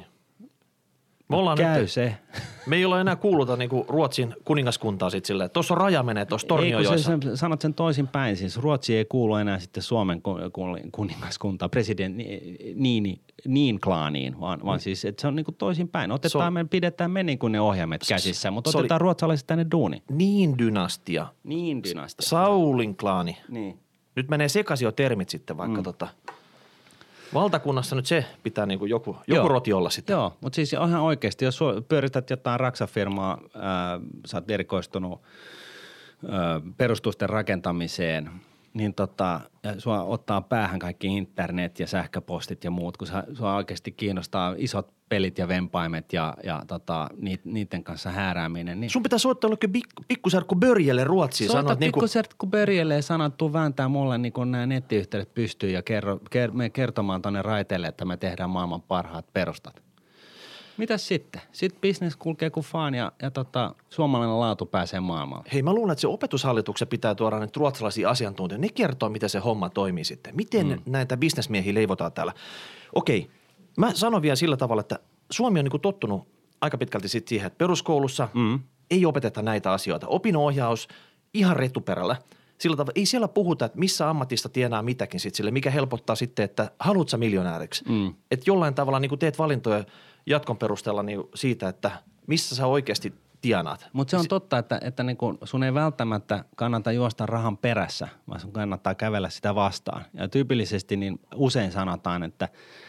A: Me ollaan
B: käy
A: nyt,
B: se.
A: Me ei olla enää kuuluta niinku Ruotsin kuningaskuntaa sitten silleen, että tuossa on raja menee tuossa Torniojoissa.
B: Ei, kun sä sanot sen toisin päin. Siis Ruotsi ei kuulu enää sitten Suomen kuningaskuntaan, president niin, niin klaaniin, vaan, vaan siis, että se on niinku toisin päin. Otetaan, me pidetään me niin kuin ne ohjaimet käsissä, mutta otetaan ruotsalaiset tänne duuni.
A: Niin dynastia.
B: Niin dynastia.
A: Saulin klaani.
B: Niin.
A: Nyt menee sekaisin jo termit sitten vaikka mm. tota. Valtakunnassa nyt se pitää niinku joku, joku roti olla sitten.
B: Joo, mutta siis ihan oikeasti, jos pyörität jotain raksafirmaa, ää, sä oot erikoistunut ää, perustusten rakentamiseen, niin tota, sua ottaa päähän kaikki internet ja sähköpostit ja muut, kun sä, sua oikeasti kiinnostaa isot pelit ja vempaimet ja, ja tota, niiden kanssa häärääminen. Niin
A: sun pitää soittaa jollekin pikkuserkku Börjelle Ruotsiin.
B: Soita pikkuserkku Börjelle ja sano, että tuu vääntää mulle niin kun nämä nettiyhteydet pystyy ja kerro, ker, me kertomaan tonne raiteelle, että me tehdään maailman parhaat perustat. Mitäs sitten? Sitten business kulkee kuin faan ja, ja tota, suomalainen laatu pääsee maailmalle.
A: Hei, mä luulen, että se opetushallituksen pitää tuoda nyt ruotsalaisia asiantuntijoita. Ne kertoo, miten se homma toimii sitten. Miten mm. näitä bisnesmiehiä leivotaan täällä. Okei, mä sanon vielä sillä tavalla, että Suomi on niin kuin tottunut aika pitkälti sit siihen, että peruskoulussa mm. ei opeteta näitä asioita. Opinoohjaus ihan retuperällä. Sillä tavalla ei siellä puhuta, että missä ammatista tienaa mitäkin sitten sille, mikä helpottaa sitten, että haluat sä miljonääriksi. Mm. Että jollain tavalla niin kuin teet valintoja jatkon perusteella niin siitä, että missä sä oikeasti tienaat.
B: Mutta se on totta, että, että niin kun sun ei välttämättä kannata juosta rahan perässä, vaan sun kannattaa kävellä sitä vastaan. Ja tyypillisesti niin usein sanotaan, että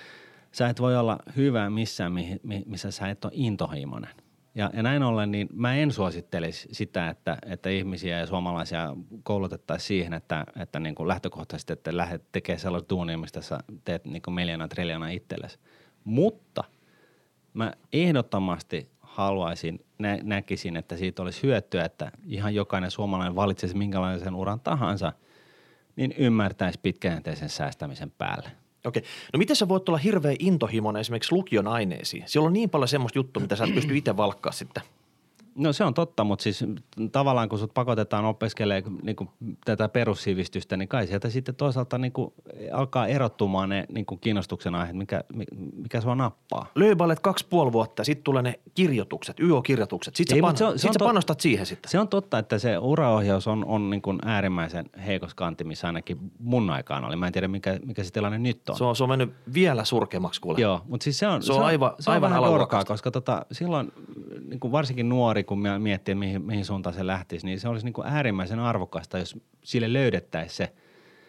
B: sä et voi olla hyvä missään, missä sä et ole intohimoinen. Ja, ja näin ollen, niin mä en suosittelisi sitä, että, että ihmisiä ja suomalaisia koulutettaisiin siihen, että, että niin kuin lähtökohtaisesti, että lähdet tekemään sellaista duunia, mistä sä teet niin kuin miljoona triljoona itsellesi. Mutta mä ehdottomasti haluaisin, nä- näkisin, että siitä olisi hyötyä, että ihan jokainen suomalainen valitsisi minkälaisen uran tahansa, niin ymmärtäisi pitkäjänteisen säästämisen päälle.
A: Okei. No miten sä voit olla hirveä intohimoinen esimerkiksi lukion aineisiin? Siellä on niin paljon semmoista juttua, mitä sä et pysty itse valkkaa sitten.
B: No se on totta, mutta siis tavallaan kun sut pakotetaan opiskelemaan niin kuin tätä perussivistystä, niin kai sieltä sitten toisaalta niin kuin alkaa erottumaan ne niin kuin kiinnostuksen aiheet, mikä, mikä sua nappaa.
A: Löyballet kaksi puoli vuotta ja sitten tulee ne kirjoitukset, Y O-kirjoitukset. Sitten sä, pan- on, sit sä panostat siihen sitten.
B: Se on totta, että se uraohjaus on, on niin kuin äärimmäisen heikos kanti, missä ainakin mun aikaan oli. Mä en tiedä, mikä, mikä se tilanne nyt on.
A: Se on, se on mennyt vielä surkeammaksi kuule.
B: Joo, mutta siis se on,
A: se on, se on aivan,
B: se on
A: aivan
B: vähän dorkaa, koska tota, silloin niin kuin varsinkin nuori, kun miettii, mihin, mihin suuntaan se lähtisi, niin se olisi niin kuin äärimmäisen arvokasta, jos sille löydettäisiin se,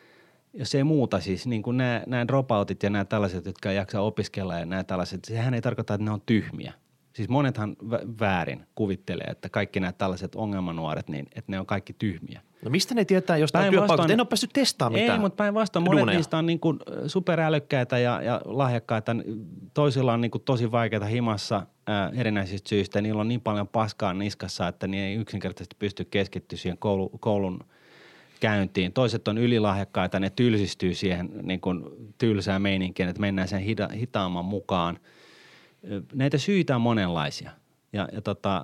B: jos ei muuta siis, niin kuin nämä, nämä dropoutit ja nämä tällaiset, jotka ei jaksa opiskella ja nämä tällaiset, sehän ei tarkoita, että ne on tyhmiä. Siis monethan väärin kuvittelee, että kaikki nämä tällaiset ongelmanuoret, niin että ne on kaikki tyhmiä.
A: No mistä ne tietää jostain työpaikasta? En ole päässyt testaamaan mitään.
B: Ei, mutta päinvastoin monet niistä on niin kuin superälykkäitä ja, ja lahjakkaita. Toisilla on niin kuin tosi vaikeita himassa ää, erinäisistä syistä. Niillä on niin paljon paskaa niskassa, että ne ei yksinkertaisesti pysty keskittyä siihen koulu, koulun käyntiin. Toiset on ylilahjakkaita, ne tylsistyy siihen niin kuin tylsään meininkiin, että mennään sen hita, hitaamman mukaan. Näitä syitä on monenlaisia. Ja, ja tota,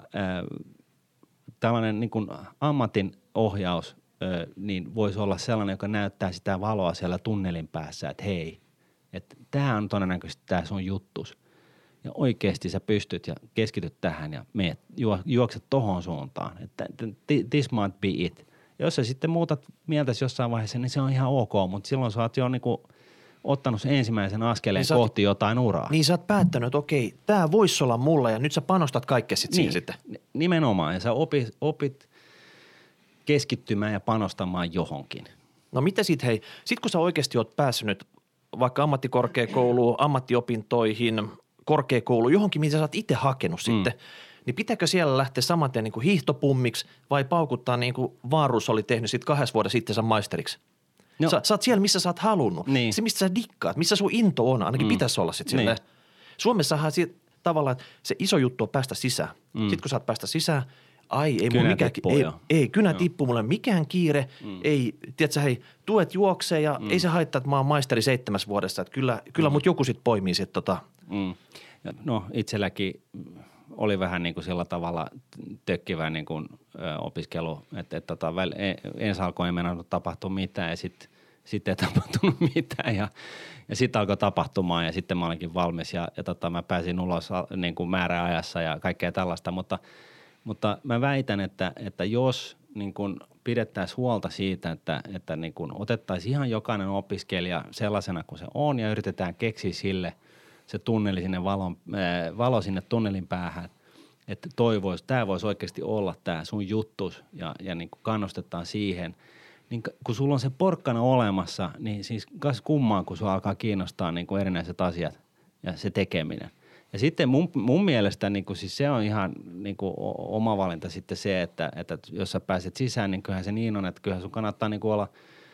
B: tällainen niin kuin ammatin ohjaus niin voisi olla sellainen, joka näyttää sitä valoa siellä tunnelin päässä, että hei, että tämä on todennäköisesti tämä sun juttus. Ja oikeasti sä pystyt ja keskityt tähän ja meet, juokset tohon suuntaan. Että this might be it. Ja jos sä sitten muutat mieltäsi jossain vaiheessa, niin se on ihan ok, mutta silloin sä oot jo niinku ottanut sen ensimmäisen askeleen niin kohti oot, jotain uraa.
A: Niin sä oot päättänyt, että okei, tää voisi olla mulla ja nyt sä panostat kaikkea sit
B: niin,
A: siihen sitten.
B: Nimenomaan ja sä opit, opit keskittymään ja panostamaan johonkin.
A: No mitä sit hei, sit kun sä oikeasti oot päässyt vaikka ammattikorkeakouluun, ammattiopintoihin, korkeakouluun, johonkin, mitä sä oot itse hakenut mm. sitten, niin pitääkö siellä lähteä saman tien niin kuin hiihtopummiksi vai paukuttaa niin kuin Wahlroos oli tehnyt sitten kahdessa vuodessa itsensä maisteriksi? No. Sä, sä oot siellä, missä sä oot halunnut. Niin. Se, mistä sä dikkaat, missä sun into on, ainakin mm. pitäisi olla sitten niin. silleen. Suomessahan siitä, tavallaan se iso juttu on päästä sisään. Mm. Sitten kun sä oot päästä sisään, ai ei mun mikään, tippuu, ei, ei kynä tippuu mulle mikään kiire, mm. ei, tiedätkö hei, tuet juoksee ja mm. ei se haittaa, että mä oon maisteri seitsemässä vuodessa, että kyllä, kyllä mm. mut joku sit poimii sit tota.
B: Mm. No itselläkin oli vähän niin kuin sillä tavalla tökkivä niin kuin, ö, opiskelu, että et, tota, ensi alkoi ei mennä tapahtua mitään ja sitten sit ei tapahtunut mitään ja, ja sitten alkoi tapahtumaan ja sitten mä olinkin valmis ja, ja tota, mä pääsin ulos niin kuin määräajassa ja kaikkea tällaista, mutta, mutta mä väitän, että, että jos niin kuin pidettäisiin huolta siitä, että, että niin kuin otettaisiin ihan jokainen opiskelija sellaisena kuin se on ja yritetään keksiä sille se tunneli sinne valon, äh, valo sinne tunnelin päähän, että toi vois, tää voisi oikeasti olla tää sun juttus ja, ja niin kuin kannustetaan siihen. Niin kun sulla on se porkkana olemassa, niin siis kas kummaa, kun sua alkaa kiinnostaa niin kuin erinäiset asiat ja se tekeminen. Ja sitten mun, mun mielestä niin kuin siis se on ihan niin kuin oma valinta sitten se, että, että jos sä pääset sisään, niin kyllähän se niin on, että kyllähän sun kannattaa niin kuin olla,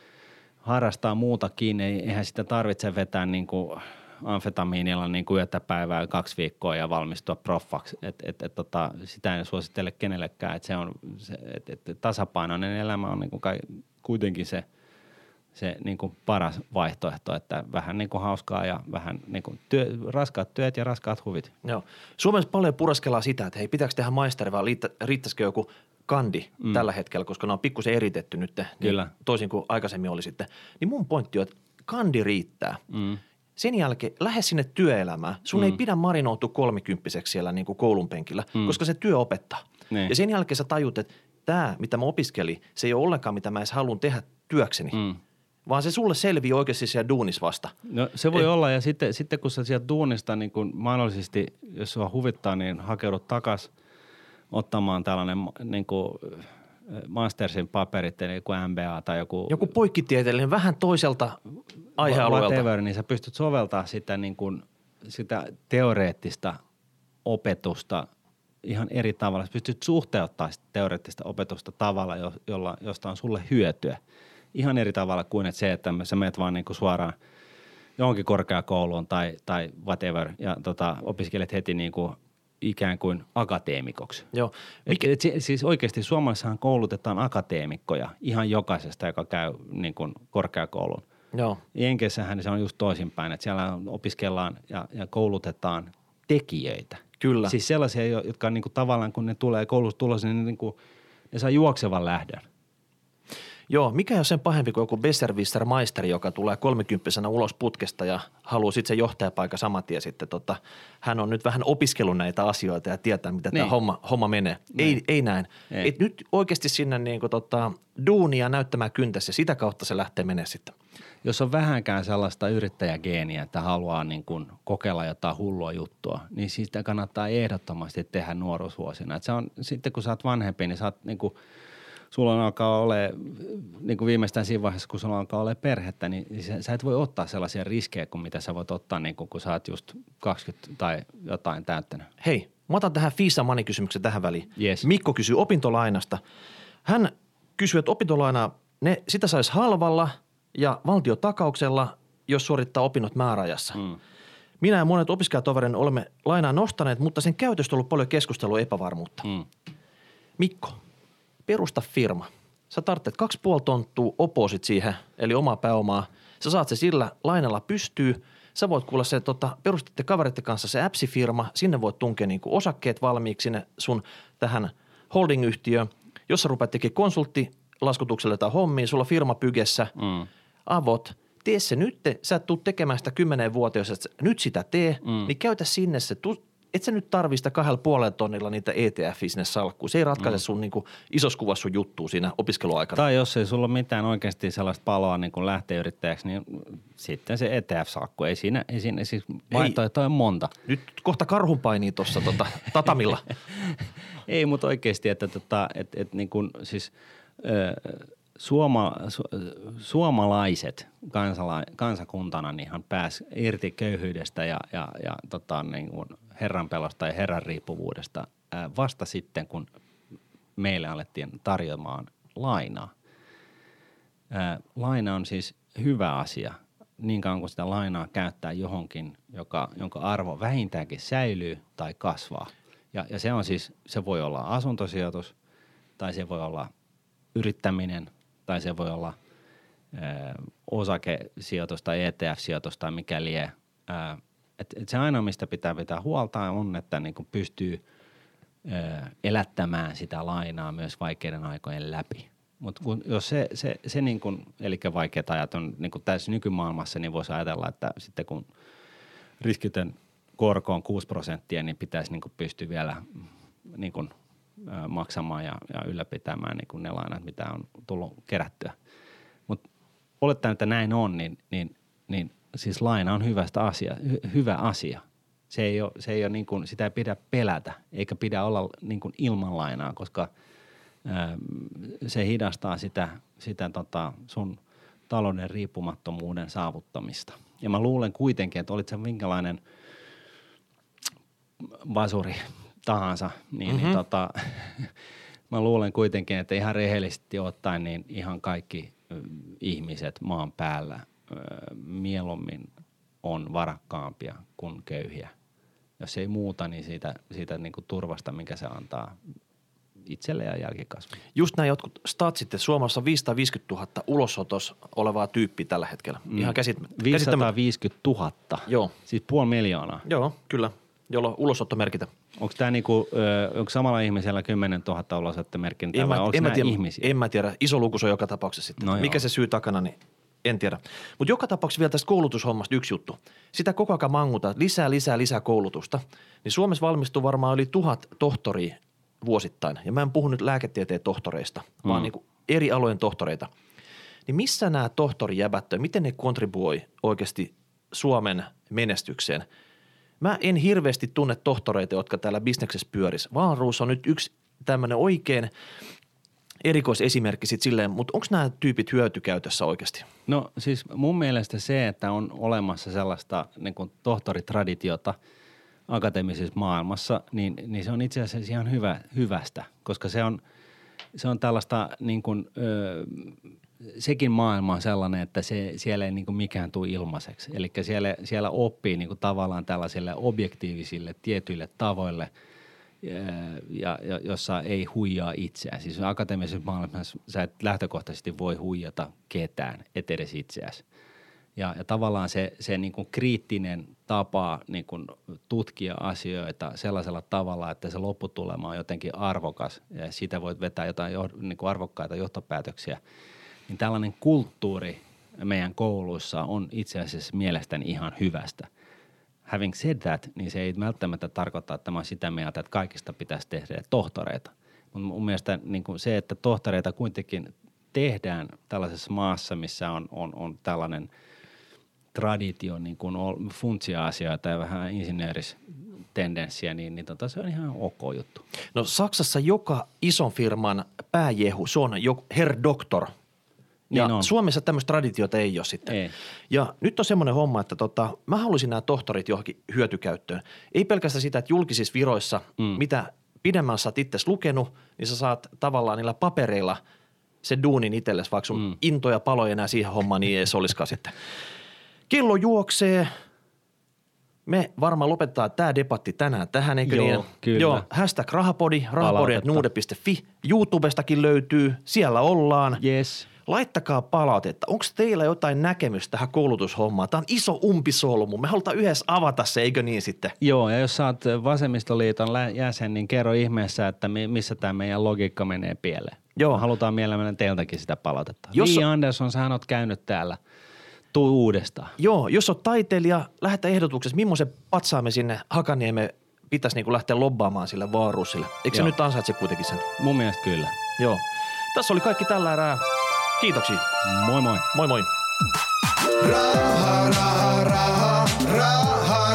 B: harrastaa muutakin, eihän sitä tarvitse vetää niin kuin amfetamiinilla niin kuin yötä päivää kaksi viikkoa ja valmistua proffaksi. Et, et, et, tota, sitä en suosittele kenellekään, että se on, se, et, et, tasapainoinen elämä on niin kuin kai, kuitenkin se, se niin kuin paras vaihtoehto, että vähän niin kuin hauskaa ja vähän niin kuin työ, raskaat työt ja raskaat huvit.
A: Joo. Suomessa paljon puraskellaan sitä, että hei, pitääkö tehdä maisteri vai riittäisikö joku kandi mm. tällä hetkellä, koska ne on pikkusen eritetty nyt, niin Kyllä. toisin kuin aikaisemmin oli sitten. Niin mun pointti on, että kandi riittää. Mm. Sen jälkeen lähde sinne työelämään. Sun mm. ei pidä marinoutua kolmikymppiseksi siellä niin kuin koulun penkillä, mm. koska se työ opettaa. Niin. Ja sen jälkeen sä tajut, että tämä, mitä mä opiskelin, se ei ole ollenkaan, mitä mä edes haluan tehdä työkseni. Mm. Vaan se sulle selvii oikeasti siellä duunis vasta.
B: No se voi Et, olla ja sitten, sitten kun sä sieltä duunista niin kun mahdollisesti, jos sua huvittaa, niin hakeudut takas ottamaan tällainen niin kuin mastersin paperit, eli joku M B A tai joku...
A: Joku poikkitieteellinen, vähän toiselta aihealueelta.
B: Whatever, niin sä pystyt soveltaa sitä, niin kuin, sitä teoreettista opetusta ihan eri tavalla. Sä pystyt suhteuttaa sitä teoreettista opetusta tavalla, jolla, josta on sulle hyötyä. Ihan eri tavalla kuin että se, että sä menet vaan niin kuin suoraan johonkin korkeakouluun tai, tai whatever ja tota, opiskelet heti niin kuin ikään kuin akateemikoksi.
A: Joo.
B: Et, et, siis oikeasti Suomessahan koulutetaan akateemikkoja ihan jokaisesta, joka käy niin kuin korkeakoulun.
A: Joo.
B: Jenkeissähän se on just toisinpäin, että siellä opiskellaan ja, ja koulutetaan tekijöitä.
A: Kyllä.
B: Siis sellaisia, jotka niin kuin tavallaan kun ne tulee koulusta tulossa, niin, niin kuin, ne saa juoksevan lähdön.
A: Joo, mikä on sen pahempi kuin joku Besserwisser-maisteri, joka tulee kolmikymppisenä ulos putkesta ja haluaa sitten se johtajapaikka saman tien sitten. Tota, hän on nyt vähän opiskellut näitä asioita ja tietää, mitä niin. tämä homma, homma menee. Ei, ei näin. Ei. Et nyt oikeasti sinne niin kuin tota, duunia näyttämään kyntässä ja sitä kautta se lähtee menee sitten.
B: Jos on vähänkään sellaista yrittäjägeeniä, että haluaa niin kuin kokeilla jotain hullua juttua, niin siitä kannattaa ehdottomasti tehdä nuoruusvuosina. Et se on, sitten kun sä oot vanhempi, niin sä oot niin kuin sulla on alkaa olla, niin kuin viimeistään siinä vaiheessa, kun sulla alkaa olla perhettä, niin sä, sä et voi ottaa sellaisia riskejä kuin mitä sä voit ottaa, niin kuin, kun sä oot just kaksikymmentä tai jotain täyttänyt.
A: Hei, mä otan tähän Fisa Money-kysymyksen tähän väliin.
B: Yes.
A: Mikko kysyy opintolainasta. Hän kysyy, että opintolainaa, ne, sitä saisi halvalla ja valtiotakauksella, jos suorittaa opinnot määräajassa. Mm. Minä ja monet opiskelijatovereiden olemme lainaa nostaneet, mutta sen käytöstä on ollut paljon keskustelua epävarmuutta. Mm. Mikko. Perusta firma. Sä tarvitset kaksi puoli tonttua oposit siihen, eli omaa pääomaa. Sä saat se sillä lainalla pystyy. Sä voit kuulla se, tota, perustitte kavereiden kanssa se appsifirma, sinne voit tunkea niinku osakkeet valmiiksi sinne sun tähän holding-yhtiöön. Jos sä rupeat tekemään konsulttilaskutukselle tai hommia, sulla firma pygessä, mm. avot, tee se nyt, sä et tuu tekemään sitä kymmeneen vuoteen, jos et nyt sitä tee, mm. niin käytä sinne se, et sä nyt tarvii sitä kahdella puolella tonnilla niitä E T F:iä sinne salkkuun. Se ei ratkaise mm. sun niinku isossa kuvassa sun juttua siinä opiskeluaikana.
B: Tai jos ei sulla ole mitään oikeasti sellaista paloa niin kuin lähteä yrittäjäksi, niin sitten se E T F-salkku. Ei siinä, ei siinä siis vaihtoehtoja on monta.
A: Nyt kohta karhun painii tuossa tota, tatamilla.
B: Ei, mutta oikeasti, että tota, et, et niin kuin siis ö, suoma, su, suomalaiset kansala, kansakuntana niin ihan pääsi irti köyhyydestä ja, ja, ja tota, niin kuin herranpelosta ja herran riippuvuudesta ää, vasta sitten, kun meille alettiin tarjoamaan lainaa. Ää, laina on siis hyvä asia niin kauan kuin sitä lainaa käyttää johonkin, joka, jonka arvo vähintäänkin säilyy tai kasvaa. Ja, ja se on siis, se voi olla asuntosijoitus tai se voi olla yrittäminen tai se voi olla ää, osakesijoitus tai E T F-sijoitus tai mikä lie. Ää, et, et se ainoa, mistä pitää pitää huolta on, että niinku pystyy ää, elättämään sitä lainaa myös vaikeiden aikojen läpi. Mutta jos se, se, se niinku, eli vaikeat ajat on niinku tässä nykymaailmassa, niin voisi ajatella, että sitten kun riskitön korko on kuusi prosenttia, niin pitäisi niinku pystyä vielä niinku, ä, maksamaan ja, ja ylläpitämään niinku ne lainat, mitä on tullut kerättyä. Mutta olettaen, että näin on, niin, niin, niin siis laina on hyvästä asia, hy, hyvä asia. Se ei ole, se ei ole niinku, sitä ei pidä pelätä, eikä pidä olla niinku ilman lainaa, koska ä, se hidastaa sitä, sitä tota sun talouden riippumattomuuden saavuttamista. Ja mä luulen kuitenkin, että olit se minkälainen vasuri tahansa, niin, mm-hmm. niin tota, mä luulen kuitenkin, että ihan rehellisesti ottaen, niin ihan kaikki ö, ihmiset maan päällä ö, mieluummin on varakkaampia kuin köyhiä. Jos ei muuta, niin siitä, siitä niin kuin turvasta, mikä se antaa itselle ja jälkikasvulle.
A: Just nämä jotkut statsit, että Suomessa on viisisataaviisikymmentätuhatta ulosotos olevaa tyyppiä tällä hetkellä. Mm. Ihan käsit-
B: viisisataaviisikymmentätuhatta?
A: Joo.
B: Siis puoli miljoonaa?
A: Joo, kyllä. Jolloin ulosottomerkintä.
B: Onko tämä niinku, onko samalla ihmisellä kymmenen tuhatta ulosottomerkintää vai onko nämä
A: tiedä,
B: ihmisiä?
A: En mä tiedä. Iso luku se on joka tapauksessa sitten.
B: No
A: Mikä
B: joo.
A: se syy takana, niin en tiedä. Mutta joka tapauksessa vielä tästä koulutushommasta yksi juttu. Sitä koko ajan mangutaan, lisää, lisää, lisää koulutusta. Niin Suomessa valmistuu varmaan yli tuhat tohtoria vuosittain. Ja mä en puhu nyt lääketieteen tohtoreista, mm. vaan niinku eri alojen tohtoreita. Niin missä nämä tohtorijäbät, miten ne kontribuoi oikeasti Suomen menestykseen? Mä en hirveästi tunne tohtoreita, jotka täällä bisneksessä pyöris. Wahlroos on nyt yksi tämmöinen oikein erikoisesimerkki sitten silleen, mutta onko nämä tyypit hyötykäytössä oikeasti?
B: No siis mun mielestä se, että on olemassa sellaista niin kuin tohtoritraditiota akateemisessa maailmassa, niin, niin se on itse asiassa ihan hyvä, hyvästä, koska se on, se on tällaista niin kuin, ö, sekin maailma on sellainen, että se, siellä ei niin kuin mikään tule ilmaiseksi. Eli siellä, siellä oppii niin kuin tavallaan tällaisille objektiivisille tietyille tavoille, ja, ja, jossa ei huijaa itseään. Siis akateemisessa maailmassa sä et lähtökohtaisesti voi huijata ketään, et edes itseäsi. Ja, ja tavallaan se, se niin kuin kriittinen tapa niin kuin tutkia asioita sellaisella tavalla, että se lopputulema on jotenkin arvokas ja siitä voit vetää jotain jo, niin kuin arvokkaita johtopäätöksiä, niin tällainen kulttuuri meidän kouluissa on itse asiassa mielestäni ihan hyvästä. Having said that, niin se ei välttämättä tarkoita, että mä oon sitä mieltä, että kaikista pitäisi tehdä tohtoreita. Mutta mun mielestä niin kuin se, että tohtoreita kuitenkin tehdään tällaisessa maassa, missä on, on, on tällainen traditio niin kuin funtsia asioita ja vähän insinööristendenssiä, niin, niin tota, se on ihan ok juttu.
A: No Saksassa joka ison firman pääjehu, se on jo Herr Doktor. Ja niin Suomessa tämmöistä traditiota ei ole sitten.
B: Ei.
A: Ja nyt on semmoinen homma, että tota, mä haluaisin nämä tohtorit johonkin hyötykäyttöön. Ei pelkästään sitä, että julkisissa viroissa, mm. mitä pidemmän sä oot itses lukenut, niin sä saat tavallaan niillä papereilla se duunin itsellesi, vaikka sun mm. into ja palo ei enää siihen hommaan niin edes olisikaan sitten. Kello juoksee, Me varmaan lopetetaan tämä debatti tänään tähän, eikö
B: Joo,
A: niin?
B: kyllä.
A: Joo, hashtag rahapodi, rahapodi at nuude piste fi. YouTubestakin löytyy, siellä ollaan.
B: Yes.
A: Laittakaa palautetta. Onko teillä jotain näkemystä tähän koulutushommaan? Tämä on iso umpisolmu. Me halutaan yhdessä avata se, eikö niin sitten?
B: Joo, ja jos sä oot Vasemmistoliiton lä- jäsen, niin kerro ihmeessä, että mi- missä tämä meidän logiikka menee pieleen.
A: Joo.
B: Halutaan mielellämme teiltäkin sitä palautetta.
A: Jos
B: Li
A: on-
B: Andersson, sähän oot käynyt täällä. Tuu uudestaan.
A: Joo, jos oot taiteilija, lähetä ehdotuksessa, millaisen patsaamme sinne Hakaniemeen pitäisi niin kuin lähteä lobbaamaan sille Vaaruusille. Eikö se
B: Joo.
A: nyt ansaitse kuitenkin sen?
B: Mun mielestä kyllä.
A: Joo. Tässä oli kaikki tällä erää. Kiitoksia.
B: Moi moi.
A: Moi moi.
C: Raha, raha, raha, raha.